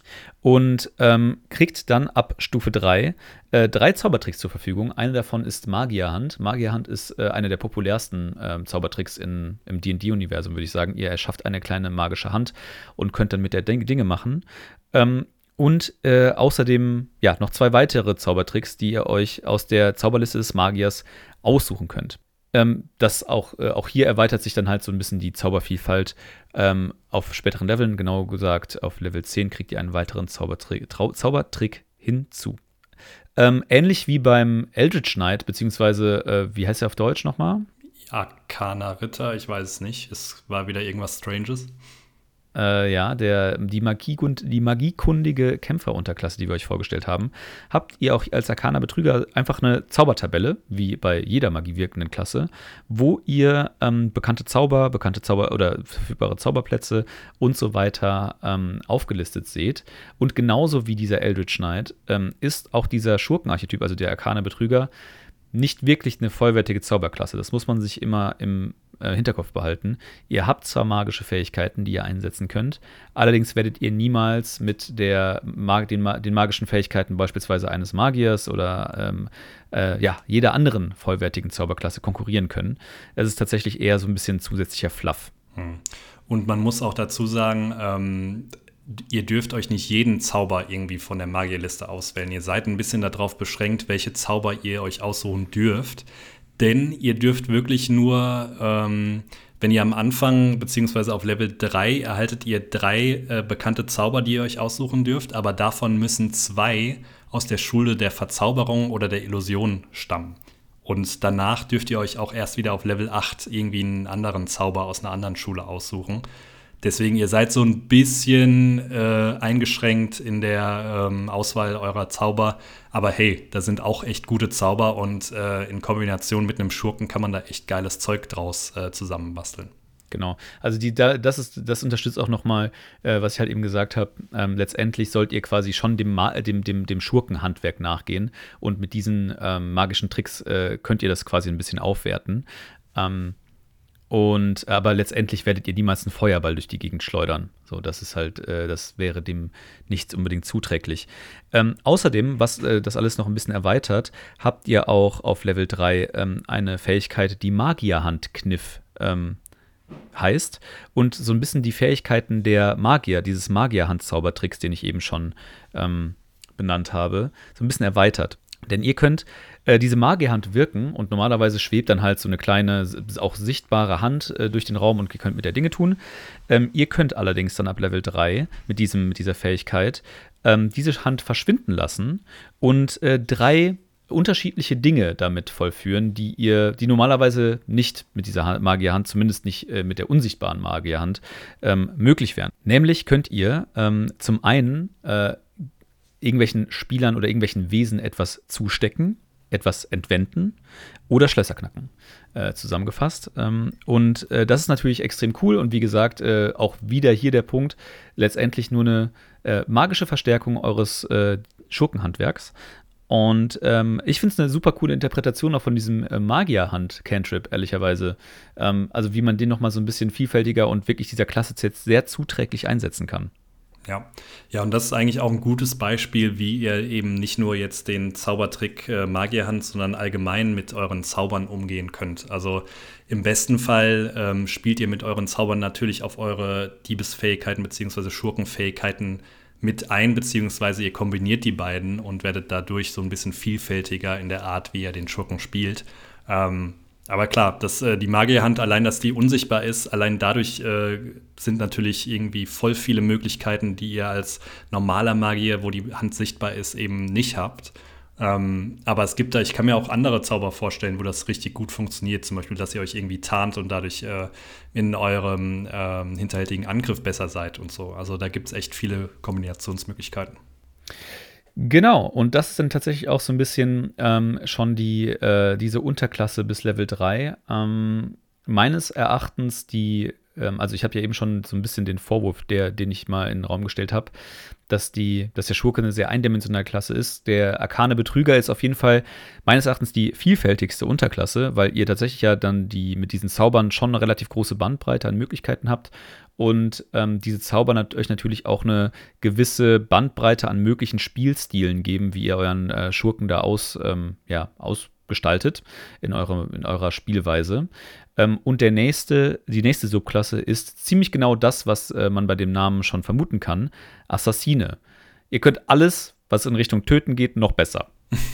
und ähm, kriegt dann ab Stufe drei äh, drei Zaubertricks zur Verfügung. Eine davon ist Magierhand. Magierhand ist äh, einer der populärsten äh, Zaubertricks in, im D und D-Universum, würde ich sagen. Ihr erschafft eine kleine magische Hand und könnt dann mit der Dinge machen. Ähm, und äh, außerdem ja, noch zwei weitere Zaubertricks, die ihr euch aus der Zauberliste des Magiers aussuchen könnt. Ähm, das auch, äh, auch hier erweitert sich dann halt so ein bisschen die Zaubervielfalt ähm, auf späteren Leveln. Genau gesagt, auf Level zehn kriegt ihr einen weiteren Zaubertrick, Trau- Zaubertrick hinzu. Ähm, ähnlich wie beim Eldritch Knight, beziehungsweise, äh, wie heißt er auf Deutsch nochmal? Arkaner Ritter, ich weiß es nicht. Es war wieder irgendwas Stranges. Äh, ja, der, die, Magie, die magiekundige Kämpferunterklasse, die wir euch vorgestellt haben, habt ihr auch als arkaner Betrüger einfach eine Zaubertabelle, wie bei jeder magiewirkenden Klasse, wo ihr ähm, bekannte Zauber, bekannte Zauber oder verfügbare Zauberplätze und so weiter ähm, aufgelistet seht. Und genauso wie dieser Eldritch Knight ähm, ist auch dieser Schurkenarchetyp, also der arkane Betrüger, nicht wirklich eine vollwertige Zauberklasse. Das muss man sich immer im äh, Hinterkopf behalten. Ihr habt zwar magische Fähigkeiten, die ihr einsetzen könnt, allerdings werdet ihr niemals mit der, Mag- den, den magischen Fähigkeiten beispielsweise eines Magiers oder ähm, äh, ja, jeder anderen vollwertigen Zauberklasse konkurrieren können. Es ist tatsächlich eher so ein bisschen zusätzlicher Fluff. Hm. Und man muss auch dazu sagen, ähm, ihr dürft euch nicht jeden Zauber irgendwie von der Magierliste auswählen. Ihr seid ein bisschen darauf beschränkt, welche Zauber ihr euch aussuchen dürft. Denn ihr dürft wirklich nur, ähm, wenn ihr am Anfang, beziehungsweise auf Level drei, erhaltet ihr drei äh, bekannte Zauber, die ihr euch aussuchen dürft. Aber davon müssen zwei aus der Schule der Verzauberung oder der Illusion stammen. Und danach dürft ihr euch auch erst wieder auf Level acht irgendwie einen anderen Zauber aus einer anderen Schule aussuchen. Deswegen, ihr seid so ein bisschen äh, eingeschränkt in der ähm, Auswahl eurer Zauber. Aber hey, da sind auch echt gute Zauber und äh, in Kombination mit einem Schurken kann man da echt geiles Zeug draus äh, zusammenbasteln. Genau. Also die, da, das ist, das unterstützt auch nochmal, äh, was ich halt eben gesagt habe. Ähm, letztendlich sollt ihr quasi schon dem, Ma- dem, dem, dem Schurkenhandwerk nachgehen und mit diesen ähm, magischen Tricks äh, könnt ihr das quasi ein bisschen aufwerten. Ähm, und aber letztendlich werdet ihr niemals einen Feuerball durch die Gegend schleudern. So, das ist halt, äh, das wäre dem nicht unbedingt zuträglich. Ähm, außerdem, was äh, das alles noch ein bisschen erweitert, habt ihr auch auf Level drei ähm, eine Fähigkeit, die Magierhandkniff ähm, heißt und so ein bisschen die Fähigkeiten der Magier, dieses Magierhandzaubertricks, den ich eben schon ähm, benannt habe, so ein bisschen erweitert. Denn ihr könnt äh, diese Magierhand wirken und normalerweise schwebt dann halt so eine kleine, auch sichtbare Hand äh, durch den Raum und ihr könnt mit der Dinge tun. Ähm, ihr könnt allerdings dann ab Level drei mit, diesem, mit dieser Fähigkeit ähm, diese Hand verschwinden lassen und äh, drei unterschiedliche Dinge damit vollführen, die ihr, die normalerweise nicht mit dieser Magierhand, zumindest nicht äh, mit der unsichtbaren Magierhand, ähm, möglich wären. Nämlich könnt ihr ähm, zum einen äh, irgendwelchen Spielern oder irgendwelchen Wesen etwas zustecken, etwas entwenden oder Schlösser knacken, äh, zusammengefasst. Ähm, und äh, das ist natürlich extrem cool und wie gesagt, äh, auch wieder hier der Punkt, letztendlich nur eine äh, magische Verstärkung eures äh, Schurkenhandwerks. Und ähm, ich finde es eine super coole Interpretation auch von diesem äh, Magierhand-Cantrip, ehrlicherweise. Ähm, also wie man den noch mal so ein bisschen vielfältiger und wirklich dieser Klasse jetzt sehr zuträglich einsetzen kann. Ja. Ja, und das ist eigentlich auch ein gutes Beispiel, wie ihr eben nicht nur jetzt den Zaubertrick äh, Magierhand, sondern allgemein mit euren Zaubern umgehen könnt. Also im besten Fall ähm, spielt ihr mit euren Zaubern natürlich auf eure Diebesfähigkeiten bzw. Schurkenfähigkeiten mit ein, beziehungsweise ihr kombiniert die beiden und werdet dadurch so ein bisschen vielfältiger in der Art, wie ihr den Schurken spielt. Ähm, aber klar, dass, äh, die Magierhand, allein, dass die unsichtbar ist, allein dadurch äh, sind natürlich irgendwie voll viele Möglichkeiten, die ihr als normaler Magier, wo die Hand sichtbar ist, eben nicht habt. Ähm, aber es gibt da, ich kann mir auch andere Zauber vorstellen, wo das richtig gut funktioniert. Zum Beispiel, dass ihr euch irgendwie tarnt und dadurch äh, in eurem ähm, hinterhältigen Angriff besser seid und so. Also da gibt es echt viele Kombinationsmöglichkeiten. Genau, und das ist dann tatsächlich auch so ein bisschen ähm, schon die, äh, diese Unterklasse bis Level drei. Ähm, meines Erachtens die, ähm, also ich habe ja eben schon so ein bisschen den Vorwurf, der, den ich mal in den Raum gestellt habe, dass, die, dass der Schurke eine sehr eindimensionale Klasse ist. Der arkane Betrüger ist auf jeden Fall meines Erachtens die vielfältigste Unterklasse, weil ihr tatsächlich ja dann die mit diesen Zaubern schon eine relativ große Bandbreite an Möglichkeiten habt. Und ähm, diese Zauber hat euch natürlich auch eine gewisse Bandbreite an möglichen Spielstilen geben, wie ihr euren äh, Schurken da aus, ähm, ja, ausgestaltet in, eure, in eurer Spielweise. Ähm, und der nächste, die nächste Subklasse ist ziemlich genau das, was äh, man bei dem Namen schon vermuten kann: Assassine. Ihr könnt alles, was in Richtung Töten geht, noch besser.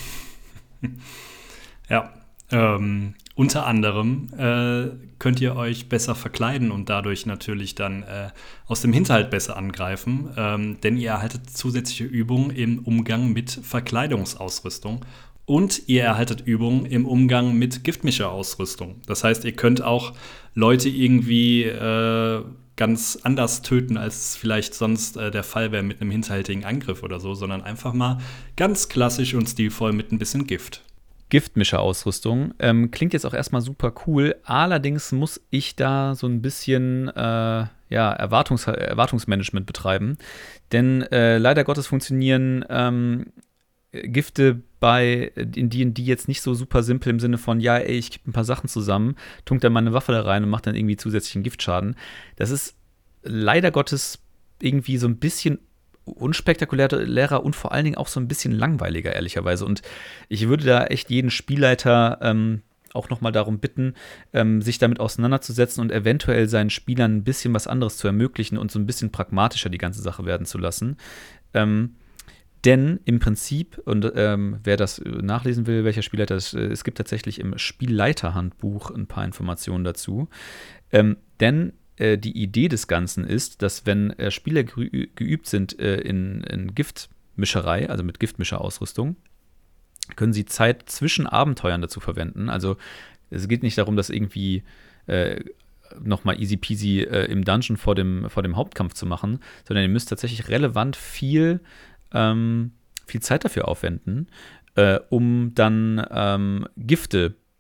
Ja, ähm, unter anderem äh, könnt ihr euch besser verkleiden und dadurch natürlich dann äh, aus dem Hinterhalt besser angreifen, ähm, denn ihr erhaltet zusätzliche Übungen im Umgang mit Verkleidungsausrüstung und ihr erhaltet Übungen im Umgang mit Giftmischerausrüstung. Das heißt, ihr könnt auch Leute irgendwie äh, ganz anders töten, als es vielleicht sonst äh, der Fall wäre mit einem hinterhältigen Angriff oder so, sondern einfach mal ganz klassisch und stilvoll mit ein bisschen Gift. Giftmischerausrüstung. Ähm, klingt jetzt auch erstmal super cool. Allerdings muss ich da so ein bisschen äh, ja, Erwartungs- Erwartungsmanagement betreiben. Denn äh, leider Gottes funktionieren ähm, Gifte bei in D und D jetzt nicht so super simpel im Sinne von, ja, ey, ich kippe ein paar Sachen zusammen, tunke dann meine Waffe da rein und mache dann irgendwie zusätzlichen Giftschaden. Das ist leider Gottes irgendwie so ein bisschen unspektakulärer und vor allen Dingen auch so ein bisschen langweiliger, ehrlicherweise. Und ich würde da echt jeden Spielleiter ähm, auch noch mal darum bitten, ähm, sich damit auseinanderzusetzen und eventuell seinen Spielern ein bisschen was anderes zu ermöglichen und so ein bisschen pragmatischer die ganze Sache werden zu lassen. Ähm, denn im Prinzip, und ähm, wer das nachlesen will, welcher Spielleiter das, äh, es gibt tatsächlich im Spielleiterhandbuch ein paar Informationen dazu. Ähm, denn die Idee des Ganzen ist, dass wenn äh, Spieler ge- geübt sind äh, in, in Giftmischerei, also mit Giftmischerausrüstung, können sie Zeit zwischen Abenteuern dazu verwenden. Also es geht nicht darum, das irgendwie äh, nochmal easy peasy äh, im Dungeon vor dem, vor dem Hauptkampf zu machen, sondern ihr müsst tatsächlich relevant viel, ähm, viel Zeit dafür aufwenden, äh, um dann ähm, Gifte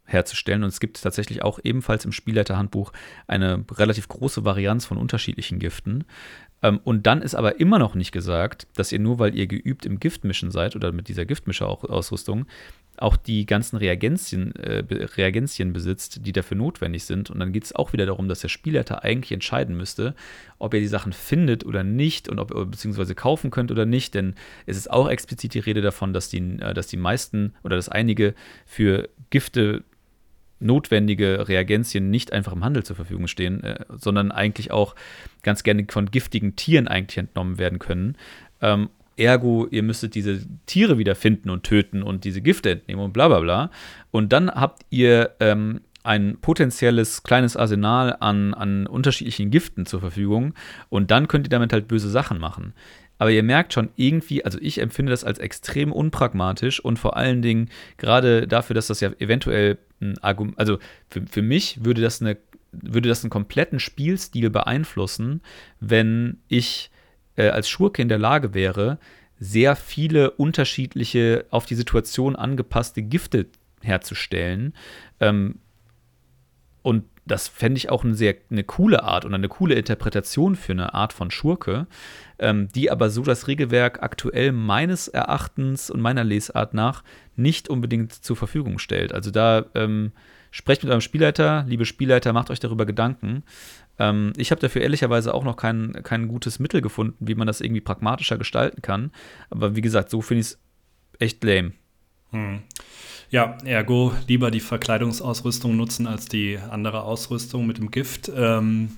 herzustellen. Und es gibt tatsächlich auch ebenfalls im Spielleiterhandbuch eine relativ große Varianz von unterschiedlichen Giften. Ähm, und dann ist aber immer noch nicht gesagt, dass ihr nur, weil ihr geübt im Giftmischen seid oder mit dieser Giftmischer-Ausrüstung, auch die ganzen Reagenzien, äh, Reagenzien besitzt, die dafür notwendig sind. Und dann geht es auch wieder darum, dass der Spielleiter eigentlich entscheiden müsste, ob er die Sachen findet oder nicht und ob ihr beziehungsweise kaufen könnt oder nicht. Denn es ist auch explizit die Rede davon, dass die, äh, dass die meisten oder dass einige für Gifte notwendige Reagenzien nicht einfach im Handel zur Verfügung stehen, äh, sondern eigentlich auch ganz gerne von giftigen Tieren eigentlich entnommen werden können. Ähm, ergo, ihr müsstet diese Tiere wieder finden und töten und diese Gifte entnehmen und bla bla bla. Und dann habt ihr ähm, ein potenzielles kleines Arsenal an, an unterschiedlichen Giften zur Verfügung und dann könnt ihr damit halt böse Sachen machen. Aber ihr merkt schon irgendwie, also ich empfinde das als extrem unpragmatisch und vor allen Dingen gerade dafür, dass das ja eventuell ein Argument, also für, für mich würde das, eine, würde das einen kompletten Spielstil beeinflussen, wenn ich äh, als Schurke in der Lage wäre, sehr viele unterschiedliche, auf die Situation angepasste Gifte herzustellen. Ähm, und das fände ich auch eine sehr eine coole Art und eine coole Interpretation für eine Art von Schurke, ähm, die aber so das Regelwerk aktuell meines Erachtens und meiner Lesart nach nicht unbedingt zur Verfügung stellt. Also da ähm, sprecht mit eurem Spielleiter, liebe Spielleiter, macht euch darüber Gedanken. Ähm, ich habe dafür ehrlicherweise auch noch kein, kein gutes Mittel gefunden, wie man das irgendwie pragmatischer gestalten kann. Aber wie gesagt, so finde ich es echt lame. Hm. Ja, ergo lieber die Verkleidungsausrüstung nutzen als die andere Ausrüstung mit dem Gift. Ähm,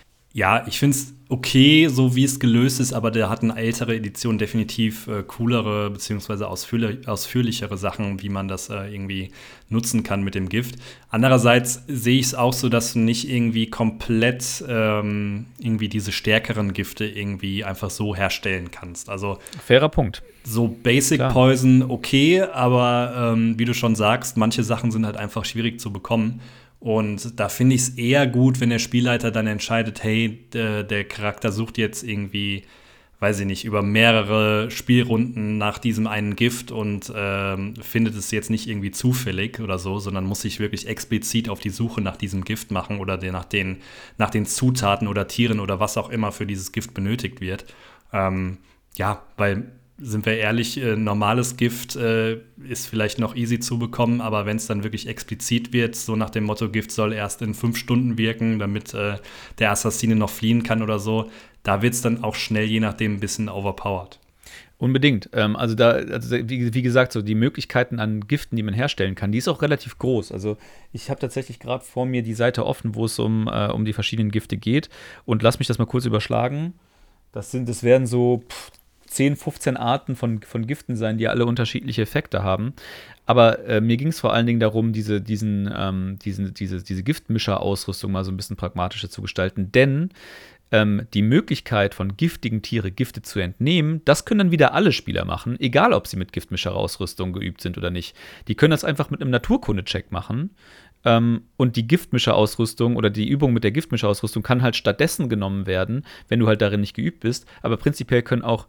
ja, ich finde es okay, so wie es gelöst ist, aber da hatten ältere Editionen definitiv äh, coolere bzw. Ausführli- ausführlichere Sachen, wie man das äh, irgendwie nutzen kann mit dem Gift. Andererseits sehe ich es auch so, dass du nicht irgendwie komplett ähm, irgendwie diese stärkeren Gifte irgendwie einfach so herstellen kannst. Also fairer Punkt. So Basic Klar. Poison okay, aber ähm, wie du schon sagst, manche Sachen sind halt einfach schwierig zu bekommen. Und da finde ich es eher gut, wenn der Spielleiter dann entscheidet, hey, der, der Charakter sucht jetzt irgendwie, weiß ich nicht, über mehrere Spielrunden nach diesem einen Gift und ähm, findet es jetzt nicht irgendwie zufällig oder so, sondern muss sich wirklich explizit auf die Suche nach diesem Gift machen oder den, nach, den, nach den Zutaten oder Tieren oder was auch immer für dieses Gift benötigt wird. Ähm, ja, weil sind wir ehrlich, äh, normales Gift äh, ist vielleicht noch easy zu bekommen, aber wenn es dann wirklich explizit wird, so nach dem Motto, Gift soll erst in fünf Stunden wirken, damit äh, der Assassine noch fliehen kann oder so, da wird es dann auch schnell, je nachdem, ein bisschen overpowered. Unbedingt. Ähm, also da, also wie, wie gesagt, so die Möglichkeiten an Giften, die man herstellen kann, die ist auch relativ groß. Also ich habe tatsächlich gerade vor mir die Seite offen, wo es um, äh, um die verschiedenen Gifte geht. Und lass mich das mal kurz überschlagen. Das sind, das werden so pff, zehn, fünfzehn Arten von, von Giften sein, die alle unterschiedliche Effekte haben. Aber äh, mir ging es vor allen Dingen darum, diese, diesen, ähm, diesen, diese, diese Giftmischer-Ausrüstung mal so ein bisschen pragmatischer zu gestalten. Denn ähm, die Möglichkeit von giftigen Tiere Gifte zu entnehmen, das können dann wieder alle Spieler machen, egal ob sie mit Giftmischer-Ausrüstung geübt sind oder nicht. Die können das einfach mit einem Naturkunde-Check machen. Ähm, und die Giftmischer-Ausrüstung oder die Übung mit der Giftmischer-Ausrüstung kann halt stattdessen genommen werden, wenn du halt darin nicht geübt bist. Aber prinzipiell können auch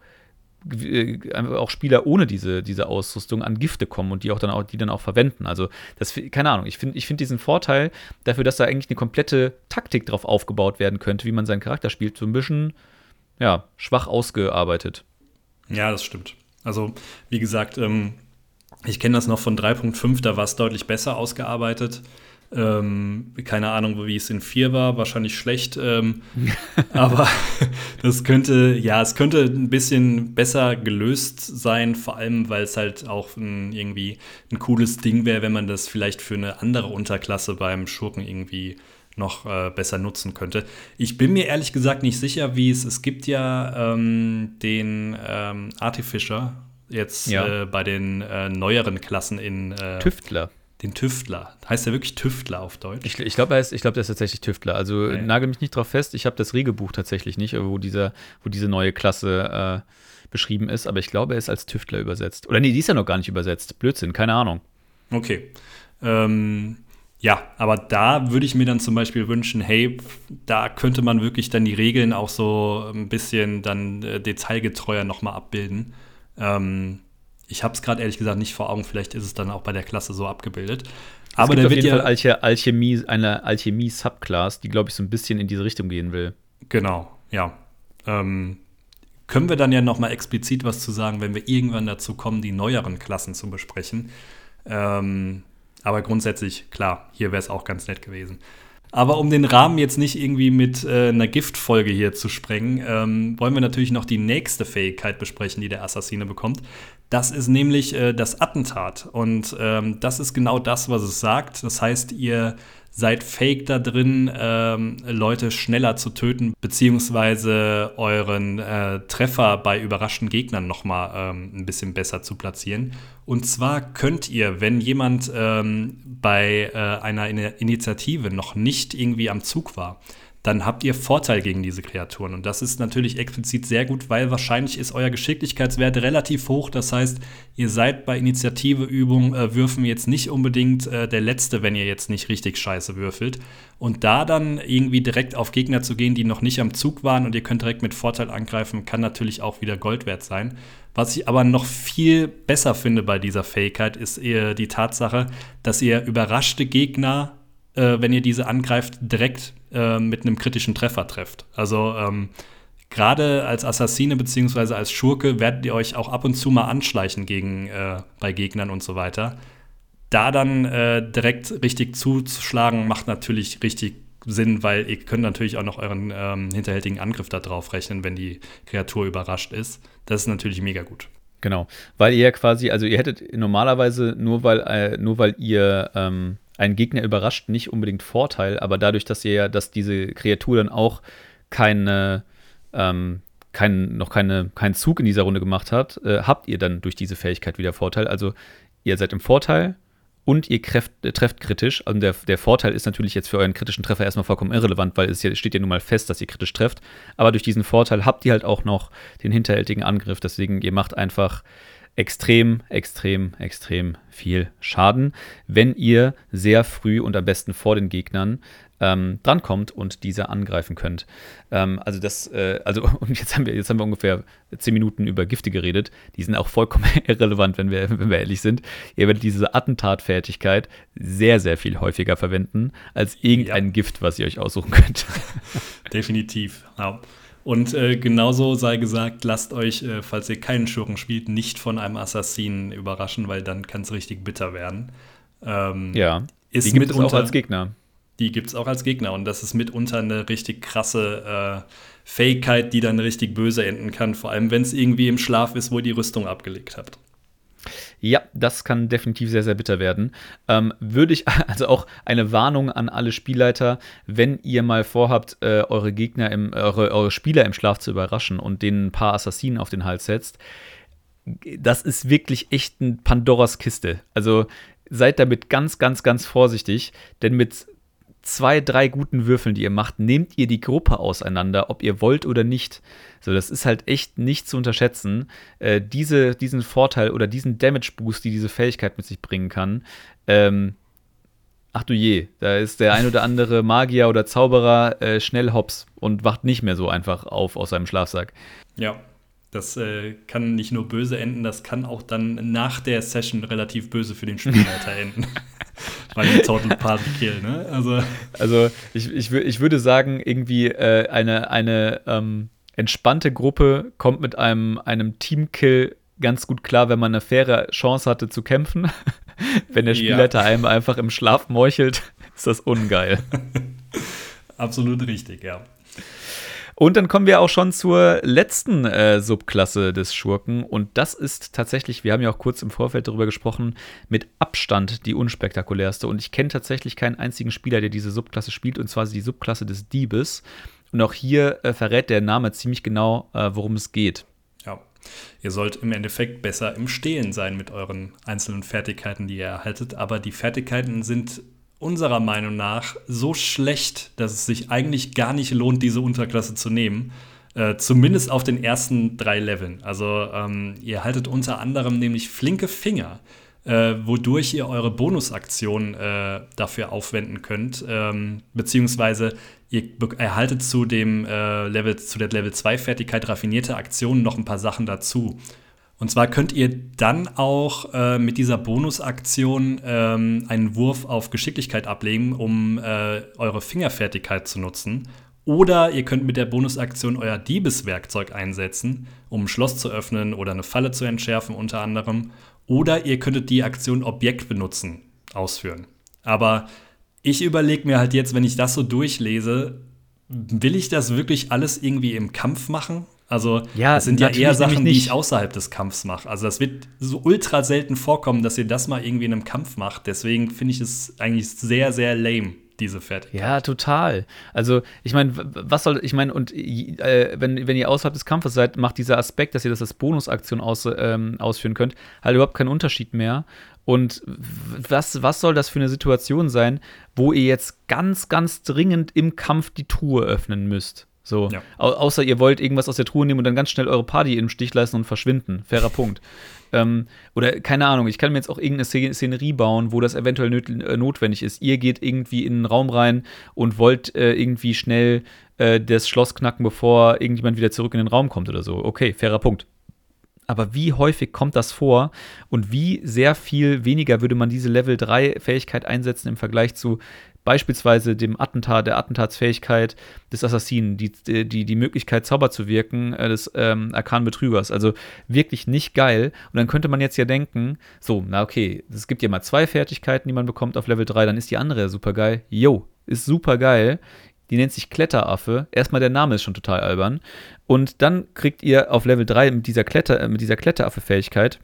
auch Spieler ohne diese, diese Ausrüstung an Gifte kommen und die auch dann auch, die dann auch verwenden. Also, das, keine Ahnung, ich finde ich find diesen Vorteil dafür, dass da eigentlich eine komplette Taktik drauf aufgebaut werden könnte, wie man seinen Charakter spielt, so ein bisschen, ja, schwach ausgearbeitet. Ja, das stimmt. Also, wie gesagt, ähm, ich kenne das noch von drei Punkt fünf, da war es deutlich besser ausgearbeitet. Ähm, keine Ahnung, wie es in vier war, wahrscheinlich schlecht. Ähm, aber das könnte, ja, es könnte ein bisschen besser gelöst sein, vor allem, weil es halt auch ein, irgendwie ein cooles Ding wäre, wenn man das vielleicht für eine andere Unterklasse beim Schurken irgendwie noch äh, besser nutzen könnte. Ich bin mir ehrlich gesagt nicht sicher, wie es, es gibt ja ähm, den ähm, Artificer jetzt ja. äh, bei den äh, neueren Klassen in äh, Tüftler. Den Tüftler. Heißt der wirklich Tüftler auf Deutsch? Ich, ich glaube, ich glaub, der ist tatsächlich Tüftler. Also okay. Nagel mich nicht drauf fest. Ich habe das Regelbuch tatsächlich nicht, wo, dieser, wo diese neue Klasse äh, beschrieben ist. Aber ich glaube, er ist als Tüftler übersetzt. Oder nee, die ist ja noch gar nicht übersetzt. Blödsinn, keine Ahnung. Okay. Ähm, ja, aber da würde ich mir dann zum Beispiel wünschen, hey, da könnte man wirklich dann die Regeln auch so ein bisschen dann äh, detailgetreuer nochmal abbilden. Ähm, Ich habe es gerade ehrlich gesagt nicht vor Augen, vielleicht ist es dann auch bei der Klasse so abgebildet. Es Aber gibt der auf wird jeden ja Fall Alche Alchemie, eine Alchemie-Subclass, die, glaube ich, so ein bisschen in diese Richtung gehen will. Genau, ja. Ähm, können wir dann ja noch mal explizit was zu sagen, wenn wir irgendwann dazu kommen, die neueren Klassen zu besprechen. Ähm, aber grundsätzlich, klar, hier wäre es auch ganz nett gewesen. Aber um den Rahmen jetzt nicht irgendwie mit äh, einer Giftfolge hier zu sprengen, ähm, wollen wir natürlich noch die nächste Fähigkeit besprechen, die der Assassine bekommt. Das ist nämlich äh, das Attentat. Und ähm, das ist genau das, was es sagt. Das heißt, ihr seid fähig da drin, ähm, Leute schneller zu töten, beziehungsweise euren äh, Treffer bei überraschten Gegnern noch mal ähm, ein bisschen besser zu platzieren. Und zwar könnt ihr, wenn jemand ähm, bei äh, einer In- Initiative noch nicht irgendwie am Zug war, dann habt ihr Vorteil gegen diese Kreaturen. Und das ist natürlich explizit sehr gut, weil wahrscheinlich ist euer Geschicklichkeitswert relativ hoch. Das heißt, ihr seid bei Initiativeübungen, äh, Würfen jetzt nicht unbedingt äh, der Letzte, wenn ihr jetzt nicht richtig scheiße würfelt. Und da dann irgendwie direkt auf Gegner zu gehen, die noch nicht am Zug waren und ihr könnt direkt mit Vorteil angreifen, kann natürlich auch wieder Gold wert sein. Was ich aber noch viel besser finde bei dieser Fähigkeit, ist eher die Tatsache, dass ihr überraschte Gegner, äh, wenn ihr diese angreift, direkt äh, mit einem kritischen Treffer trefft. Also ähm, gerade als Assassine bzw. als Schurke werdet ihr euch auch ab und zu mal anschleichen gegen, äh, bei Gegnern und so weiter. Da dann äh, direkt richtig zuzuschlagen, macht natürlich richtig Sinn, weil ihr könnt natürlich auch noch euren ähm, hinterhältigen Angriff da drauf rechnen, wenn die Kreatur überrascht ist. Das ist natürlich mega gut. Genau, weil ihr ja quasi, also ihr hättet normalerweise nur weil, äh, nur weil ihr ähm, einen Gegner überrascht, nicht unbedingt Vorteil, aber dadurch, dass ihr ja, dass diese Kreatur dann auch keine, ähm, kein, noch keine, keinen Zug in dieser Runde gemacht hat, äh, habt ihr dann durch diese Fähigkeit wieder Vorteil. Also ihr seid im Vorteil und ihr trefft, äh, trefft kritisch. Also der, der Vorteil ist natürlich jetzt für euren kritischen Treffer erstmal vollkommen irrelevant, weil es ja, steht ja nun mal fest, dass ihr kritisch trefft. Aber durch diesen Vorteil habt ihr halt auch noch den hinterhältigen Angriff. Deswegen, ihr macht einfach extrem, extrem, extrem viel Schaden, wenn ihr sehr früh und am besten vor den Gegnern ähm, drankommt und diese angreifen könnt. Ähm, also das, äh, also und jetzt haben wir, jetzt haben wir ungefähr zehn Minuten über Gifte geredet. Die sind auch vollkommen irrelevant, wenn wir, wenn wir ehrlich sind. Ihr werdet diese Attentatfertigkeit sehr, sehr viel häufiger verwenden als irgendein ja. Gift, was ihr euch aussuchen könnt. Definitiv, ja. Und äh, genauso sei gesagt, lasst euch, äh, falls ihr keinen Schurken spielt, nicht von einem Assassinen überraschen, weil dann kann es richtig bitter werden. Ähm, ja, ist die gibt mitunter, es auch als Gegner. Die gibt es auch als Gegner. Und das ist mitunter eine richtig krasse äh, Fähigkeit, die dann richtig böse enden kann. Vor allem, wenn es irgendwie im Schlaf ist, wo ihr die Rüstung abgelegt habt. Ja, das kann definitiv sehr, sehr bitter werden. Ähm, würde ich, also auch eine Warnung an alle Spielleiter, wenn ihr mal vorhabt, äh, eure Gegner, im, eure, eure Spieler im Schlaf zu überraschen und denen ein paar Assassinen auf den Hals setzt, das ist wirklich echt ein Pandoras Kiste. Also seid damit ganz, ganz, ganz vorsichtig, denn mit zwei, drei guten Würfeln, die ihr macht, nehmt ihr die Gruppe auseinander, ob ihr wollt oder nicht. So, das ist halt echt nicht zu unterschätzen. Äh, diese, diesen Vorteil oder diesen Damage-Boost, die diese Fähigkeit mit sich bringen kann, ähm, ach du je, da ist der ein oder andere Magier oder Zauberer äh, schnell hops und wacht nicht mehr so einfach auf aus seinem Schlafsack. Ja, das äh, kann nicht nur böse enden, das kann auch dann nach der Session relativ böse für den Spielleiter enden. Bei dem Total Party Kill, ne? Also, also ich, ich, ich würde sagen, irgendwie äh, eine, eine ähm, entspannte Gruppe kommt mit einem, einem Teamkill ganz gut klar, wenn man eine faire Chance hatte zu kämpfen. Wenn der Spielleiter ja. einem einfach im Schlaf meuchelt, ist das ungeil. Absolut richtig, ja. Und dann kommen wir auch schon zur letzten äh, Subklasse des Schurken. Und das ist tatsächlich, wir haben ja auch kurz im Vorfeld darüber gesprochen, mit Abstand die unspektakulärste. Und ich kenne tatsächlich keinen einzigen Spieler, der diese Subklasse spielt. Und zwar die Subklasse des Diebes. Und auch hier äh, verrät der Name ziemlich genau, äh, worum es geht. Ja, ihr sollt im Endeffekt besser im Stehlen sein mit euren einzelnen Fertigkeiten, die ihr erhaltet. Aber die Fertigkeiten sind unserer Meinung nach so schlecht, dass es sich eigentlich gar nicht lohnt, diese Unterklasse zu nehmen. Äh, zumindest auf den ersten drei Leveln. Also ähm, ihr haltet unter anderem nämlich flinke Finger, äh, wodurch ihr eure Bonusaktion äh, dafür aufwenden könnt. Ähm, beziehungsweise ihr erhaltet zu dem äh, Level, zu der Level zwei Fertigkeit raffinierte Aktionen noch ein paar Sachen dazu. Und zwar könnt ihr dann auch äh, mit dieser Bonusaktion ähm, einen Wurf auf Geschicklichkeit ablegen, um äh, eure Fingerfertigkeit zu nutzen. Oder ihr könnt mit der Bonusaktion euer Diebeswerkzeug einsetzen, um ein Schloss zu öffnen oder eine Falle zu entschärfen unter anderem. Oder ihr könntet die Aktion Objekt benutzen ausführen. Aber ich überlege mir halt jetzt, wenn ich das so durchlese, will ich das wirklich alles irgendwie im Kampf machen? Also, ja, das sind ja eher Sachen, nicht. die ich außerhalb des Kampfs mache. Also, das wird so ultra selten vorkommen, dass ihr das mal irgendwie in einem Kampf macht. Deswegen finde ich es eigentlich sehr, sehr lame, diese Fertigkeit. Ja, total. Also, ich meine, was soll, ich meine, und äh, wenn, wenn ihr außerhalb des Kampfes seid, macht dieser Aspekt, dass ihr das als Bonusaktion aus, ähm, ausführen könnt, halt überhaupt keinen Unterschied mehr. Und was, was soll das für eine Situation sein, wo ihr jetzt ganz, ganz dringend im Kampf die Truhe öffnen müsst? So, ja. Au- außer ihr wollt irgendwas aus der Truhe nehmen und dann ganz schnell eure Party im Stich lassen und verschwinden. Fairer Punkt. Ähm, oder keine Ahnung, ich kann mir jetzt auch irgendeine Szen- Szenerie bauen, wo das eventuell nöt- äh, notwendig ist. Ihr geht irgendwie in einen Raum rein und wollt äh, irgendwie schnell äh, das Schloss knacken, bevor irgendjemand wieder zurück in den Raum kommt oder so. Okay, fairer Punkt. Aber wie häufig kommt das vor und wie sehr viel weniger würde man diese Level drei Fähigkeit einsetzen im Vergleich zu beispielsweise dem Attentat, der Attentatsfähigkeit des Assassinen, die, die, die Möglichkeit, Zauber zu wirken, äh, des ähm, arkanen Betrügers. Also wirklich nicht geil. Und dann könnte man jetzt ja denken, so, na okay, es gibt ja mal zwei Fertigkeiten, die man bekommt auf Level drei, dann ist die andere ja super geil. Jo, ist super geil. Die nennt sich Kletteraffe. Erstmal der Name ist schon total albern. Und dann kriegt ihr auf Level drei mit dieser, Kletter, äh, mit dieser Kletteraffe-Fähigkeit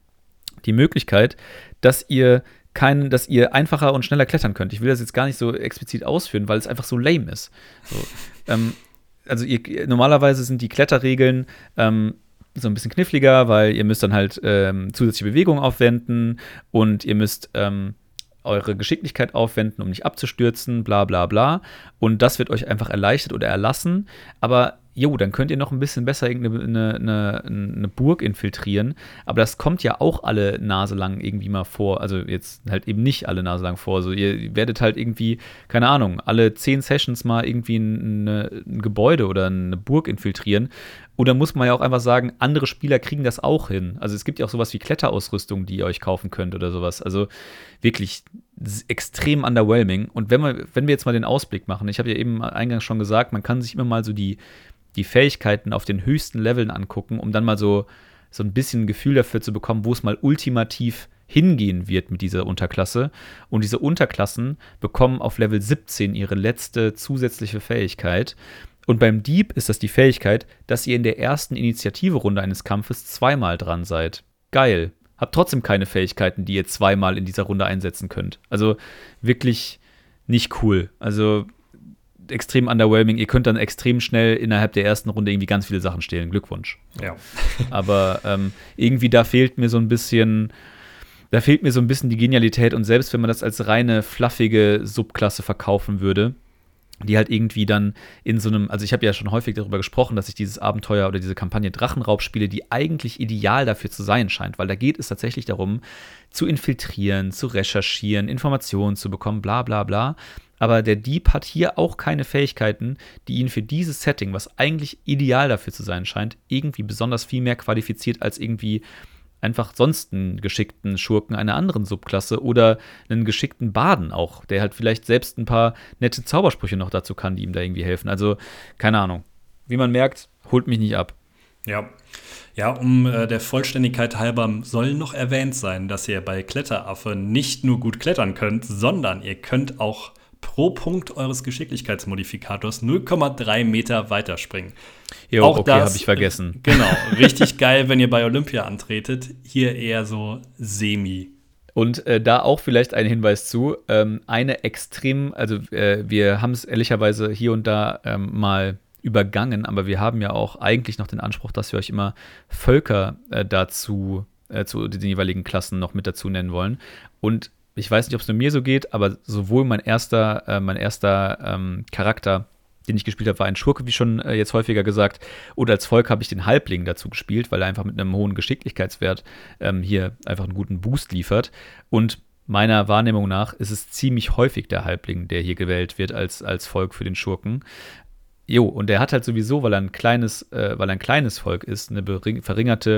die Möglichkeit, dass ihr kein, dass ihr einfacher und schneller klettern könnt. Ich will das jetzt gar nicht so explizit ausführen, weil es einfach so lame ist. So, ähm, also ihr, normalerweise sind die Kletterregeln ähm, so ein bisschen kniffliger, weil ihr müsst dann halt ähm, zusätzliche Bewegungen aufwenden und ihr müsst ähm, eure Geschicklichkeit aufwenden, um nicht abzustürzen, bla bla bla. Und das wird euch einfach erleichtert oder erlassen. Aber jo, dann könnt ihr noch ein bisschen besser irgendeine eine, eine Burg infiltrieren. Aber das kommt ja auch alle Nase lang irgendwie mal vor. Also jetzt halt eben nicht alle Nase lang vor. Also ihr werdet halt irgendwie, keine Ahnung, alle zehn Sessions mal irgendwie eine, ein Gebäude oder eine Burg infiltrieren. Oder muss man ja auch einfach sagen, andere Spieler kriegen das auch hin. Also es gibt ja auch sowas wie Kletterausrüstung, die ihr euch kaufen könnt oder sowas. Also wirklich extrem underwhelming. Und wenn wir, wenn wir jetzt mal den Ausblick machen, ich habe ja eben eingangs schon gesagt, man kann sich immer mal so die, die Fähigkeiten auf den höchsten Leveln angucken, um dann mal so, so ein bisschen ein Gefühl dafür zu bekommen, wo es mal ultimativ hingehen wird mit dieser Unterklasse. Und diese Unterklassen bekommen auf Level siebzehn ihre letzte zusätzliche Fähigkeit. Und beim Dieb ist das die Fähigkeit, dass ihr in der ersten Initiative-Runde eines Kampfes zweimal dran seid. Geil. Habt trotzdem keine Fähigkeiten, die ihr zweimal in dieser Runde einsetzen könnt. Also wirklich nicht cool. Also extrem underwhelming. Ihr könnt dann extrem schnell innerhalb der ersten Runde irgendwie ganz viele Sachen stehlen. Glückwunsch. Ja. Aber ähm, irgendwie da fehlt mir so ein bisschen, da fehlt mir so ein bisschen die Genialität. Und selbst wenn man das als reine fluffige Subklasse verkaufen würde, die halt irgendwie dann in so einem, also ich habe ja schon häufig darüber gesprochen, dass ich dieses Abenteuer oder diese Kampagne Drachenraub spiele, die eigentlich ideal dafür zu sein scheint, weil da geht es tatsächlich darum, zu infiltrieren, zu recherchieren, Informationen zu bekommen, bla bla bla. Aber der Dieb hat hier auch keine Fähigkeiten, die ihn für dieses Setting, was eigentlich ideal dafür zu sein scheint, irgendwie besonders viel mehr qualifiziert als irgendwie einfach sonst einen geschickten Schurken einer anderen Subklasse oder einen geschickten Baden auch, der halt vielleicht selbst ein paar nette Zaubersprüche noch dazu kann, die ihm da irgendwie helfen. Also, keine Ahnung. Wie man merkt, holt mich nicht ab. Ja, ja, um äh, der Vollständigkeit halber soll noch erwähnt sein, dass ihr bei Kletteraffe nicht nur gut klettern könnt, sondern ihr könnt auch pro Punkt eures Geschicklichkeitsmodifikators null Komma drei Meter weiterspringen. Jo, auch okay, habe ich vergessen. Äh, genau, richtig geil, wenn ihr bei Olympia antretet. Hier eher so semi. Und äh, da auch vielleicht ein Hinweis zu, ähm, eine extrem, also äh, wir haben es ehrlicherweise hier und da ähm, mal übergangen, aber wir haben ja auch eigentlich noch den Anspruch, dass wir euch immer Völker äh, dazu, äh, zu den jeweiligen Klassen noch mit dazu nennen wollen. Und ich weiß nicht, ob es nur mir so geht, aber sowohl mein erster, äh, mein erster ähm, Charakter, den ich gespielt habe, war ein Schurke, wie schon äh, jetzt häufiger gesagt. Und als Volk habe ich den Halbling dazu gespielt, weil er einfach mit einem hohen Geschicklichkeitswert ähm, hier einfach einen guten Boost liefert. Und meiner Wahrnehmung nach ist es ziemlich häufig der Halbling, der hier gewählt wird als, als Volk für den Schurken. Jo, und der hat halt sowieso, weil er ein kleines, äh, weil er ein kleines Volk ist, eine verringerte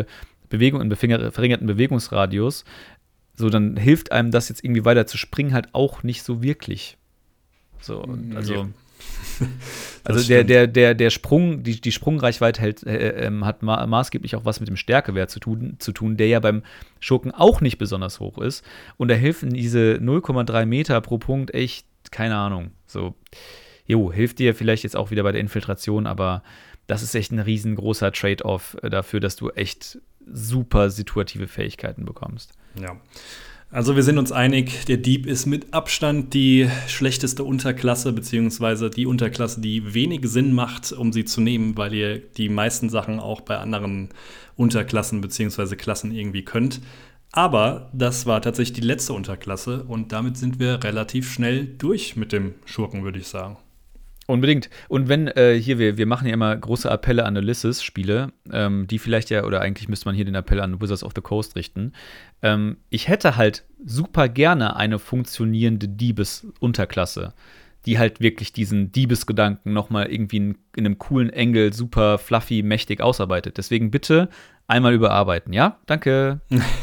Bewegung, einen verringerten Bewegungsradius, so, dann hilft einem das jetzt irgendwie weiter zu springen halt auch nicht so wirklich. So, also Ja. Also der, der, der, der Sprung, die, die Sprungreichweite hält, äh, äh, hat ma- maßgeblich auch was mit dem Stärkewert zu tun, zu tun, der ja beim Schurken auch nicht besonders hoch ist. Und da helfen diese null Komma drei Meter pro Punkt echt, keine Ahnung. So, jo, hilft dir vielleicht jetzt auch wieder bei der Infiltration, aber das ist echt ein riesengroßer Trade-off dafür, dass du echt super situative Fähigkeiten bekommst. Ja. Also wir sind uns einig, der Dieb ist mit Abstand die schlechteste Unterklasse, beziehungsweise die Unterklasse, die wenig Sinn macht, um sie zu nehmen, weil ihr die meisten Sachen auch bei anderen Unterklassen beziehungsweise Klassen irgendwie könnt. Aber das war tatsächlich die letzte Unterklasse und damit sind wir relativ schnell durch mit dem Schurken, würde ich sagen. Unbedingt. Und wenn äh, hier, wir, wir machen ja immer große Appelle an Ulysses-Spiele, ähm, die vielleicht ja, oder eigentlich müsste man hier den Appell an Wizards of the Coast richten. Ähm, ich hätte halt super gerne eine funktionierende Diebes-Unterklasse, die halt wirklich diesen Diebesgedanken nochmal irgendwie in, in einem coolen Engel super fluffy, mächtig ausarbeitet. Deswegen bitte einmal überarbeiten, ja? Danke.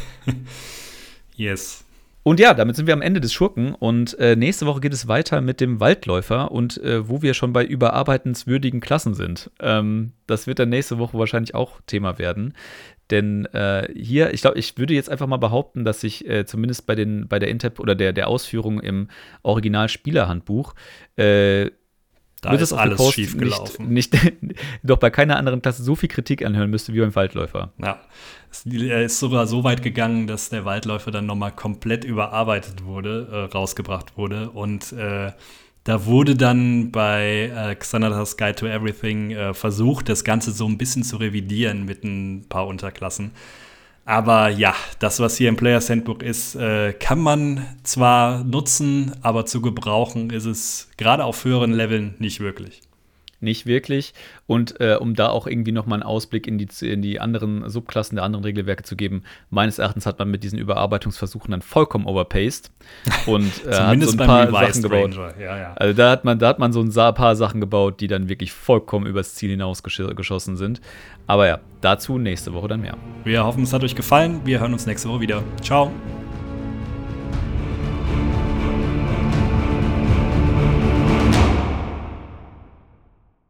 Yes. Und ja, damit sind wir am Ende des Schurken und äh, nächste Woche geht es weiter mit dem Waldläufer und äh, wo wir schon bei überarbeitenswürdigen Klassen sind. Ähm, das wird dann nächste Woche wahrscheinlich auch Thema werden. Denn äh, hier, ich glaube, ich würde jetzt einfach mal behaupten, dass ich äh, zumindest bei, den, bei der Interp oder der, der Ausführung im Original-Spielerhandbuch äh, Da ist alles schief gelaufen. Nicht, nicht, doch bei keiner anderen Klasse so viel Kritik anhören müsste wie beim Waldläufer. Ja, er ist sogar so weit gegangen, dass der Waldläufer dann nochmal komplett überarbeitet wurde, äh, rausgebracht wurde. Und äh, da wurde dann bei äh, Xanatas Guide to Everything äh, versucht, das Ganze so ein bisschen zu revidieren mit ein paar Unterklassen. Aber ja, das, was hier im Players Handbook ist, äh, kann man zwar nutzen, aber zu gebrauchen ist es gerade auf höheren Leveln nicht wirklich. Nicht wirklich. Und äh, um da auch irgendwie nochmal einen Ausblick in die, in die anderen Subklassen der anderen Regelwerke zu geben, meines Erachtens hat man mit diesen Überarbeitungsversuchen dann vollkommen overpaced und äh, hat so ein paar Sachen gebaut. Ja, ja. Also da hat man, da hat man so ein paar Sachen gebaut, die dann wirklich vollkommen übers Ziel hinaus gesch- geschossen sind. Aber ja, dazu nächste Woche dann mehr. Wir hoffen, es hat euch gefallen. Wir hören uns nächste Woche wieder. Ciao.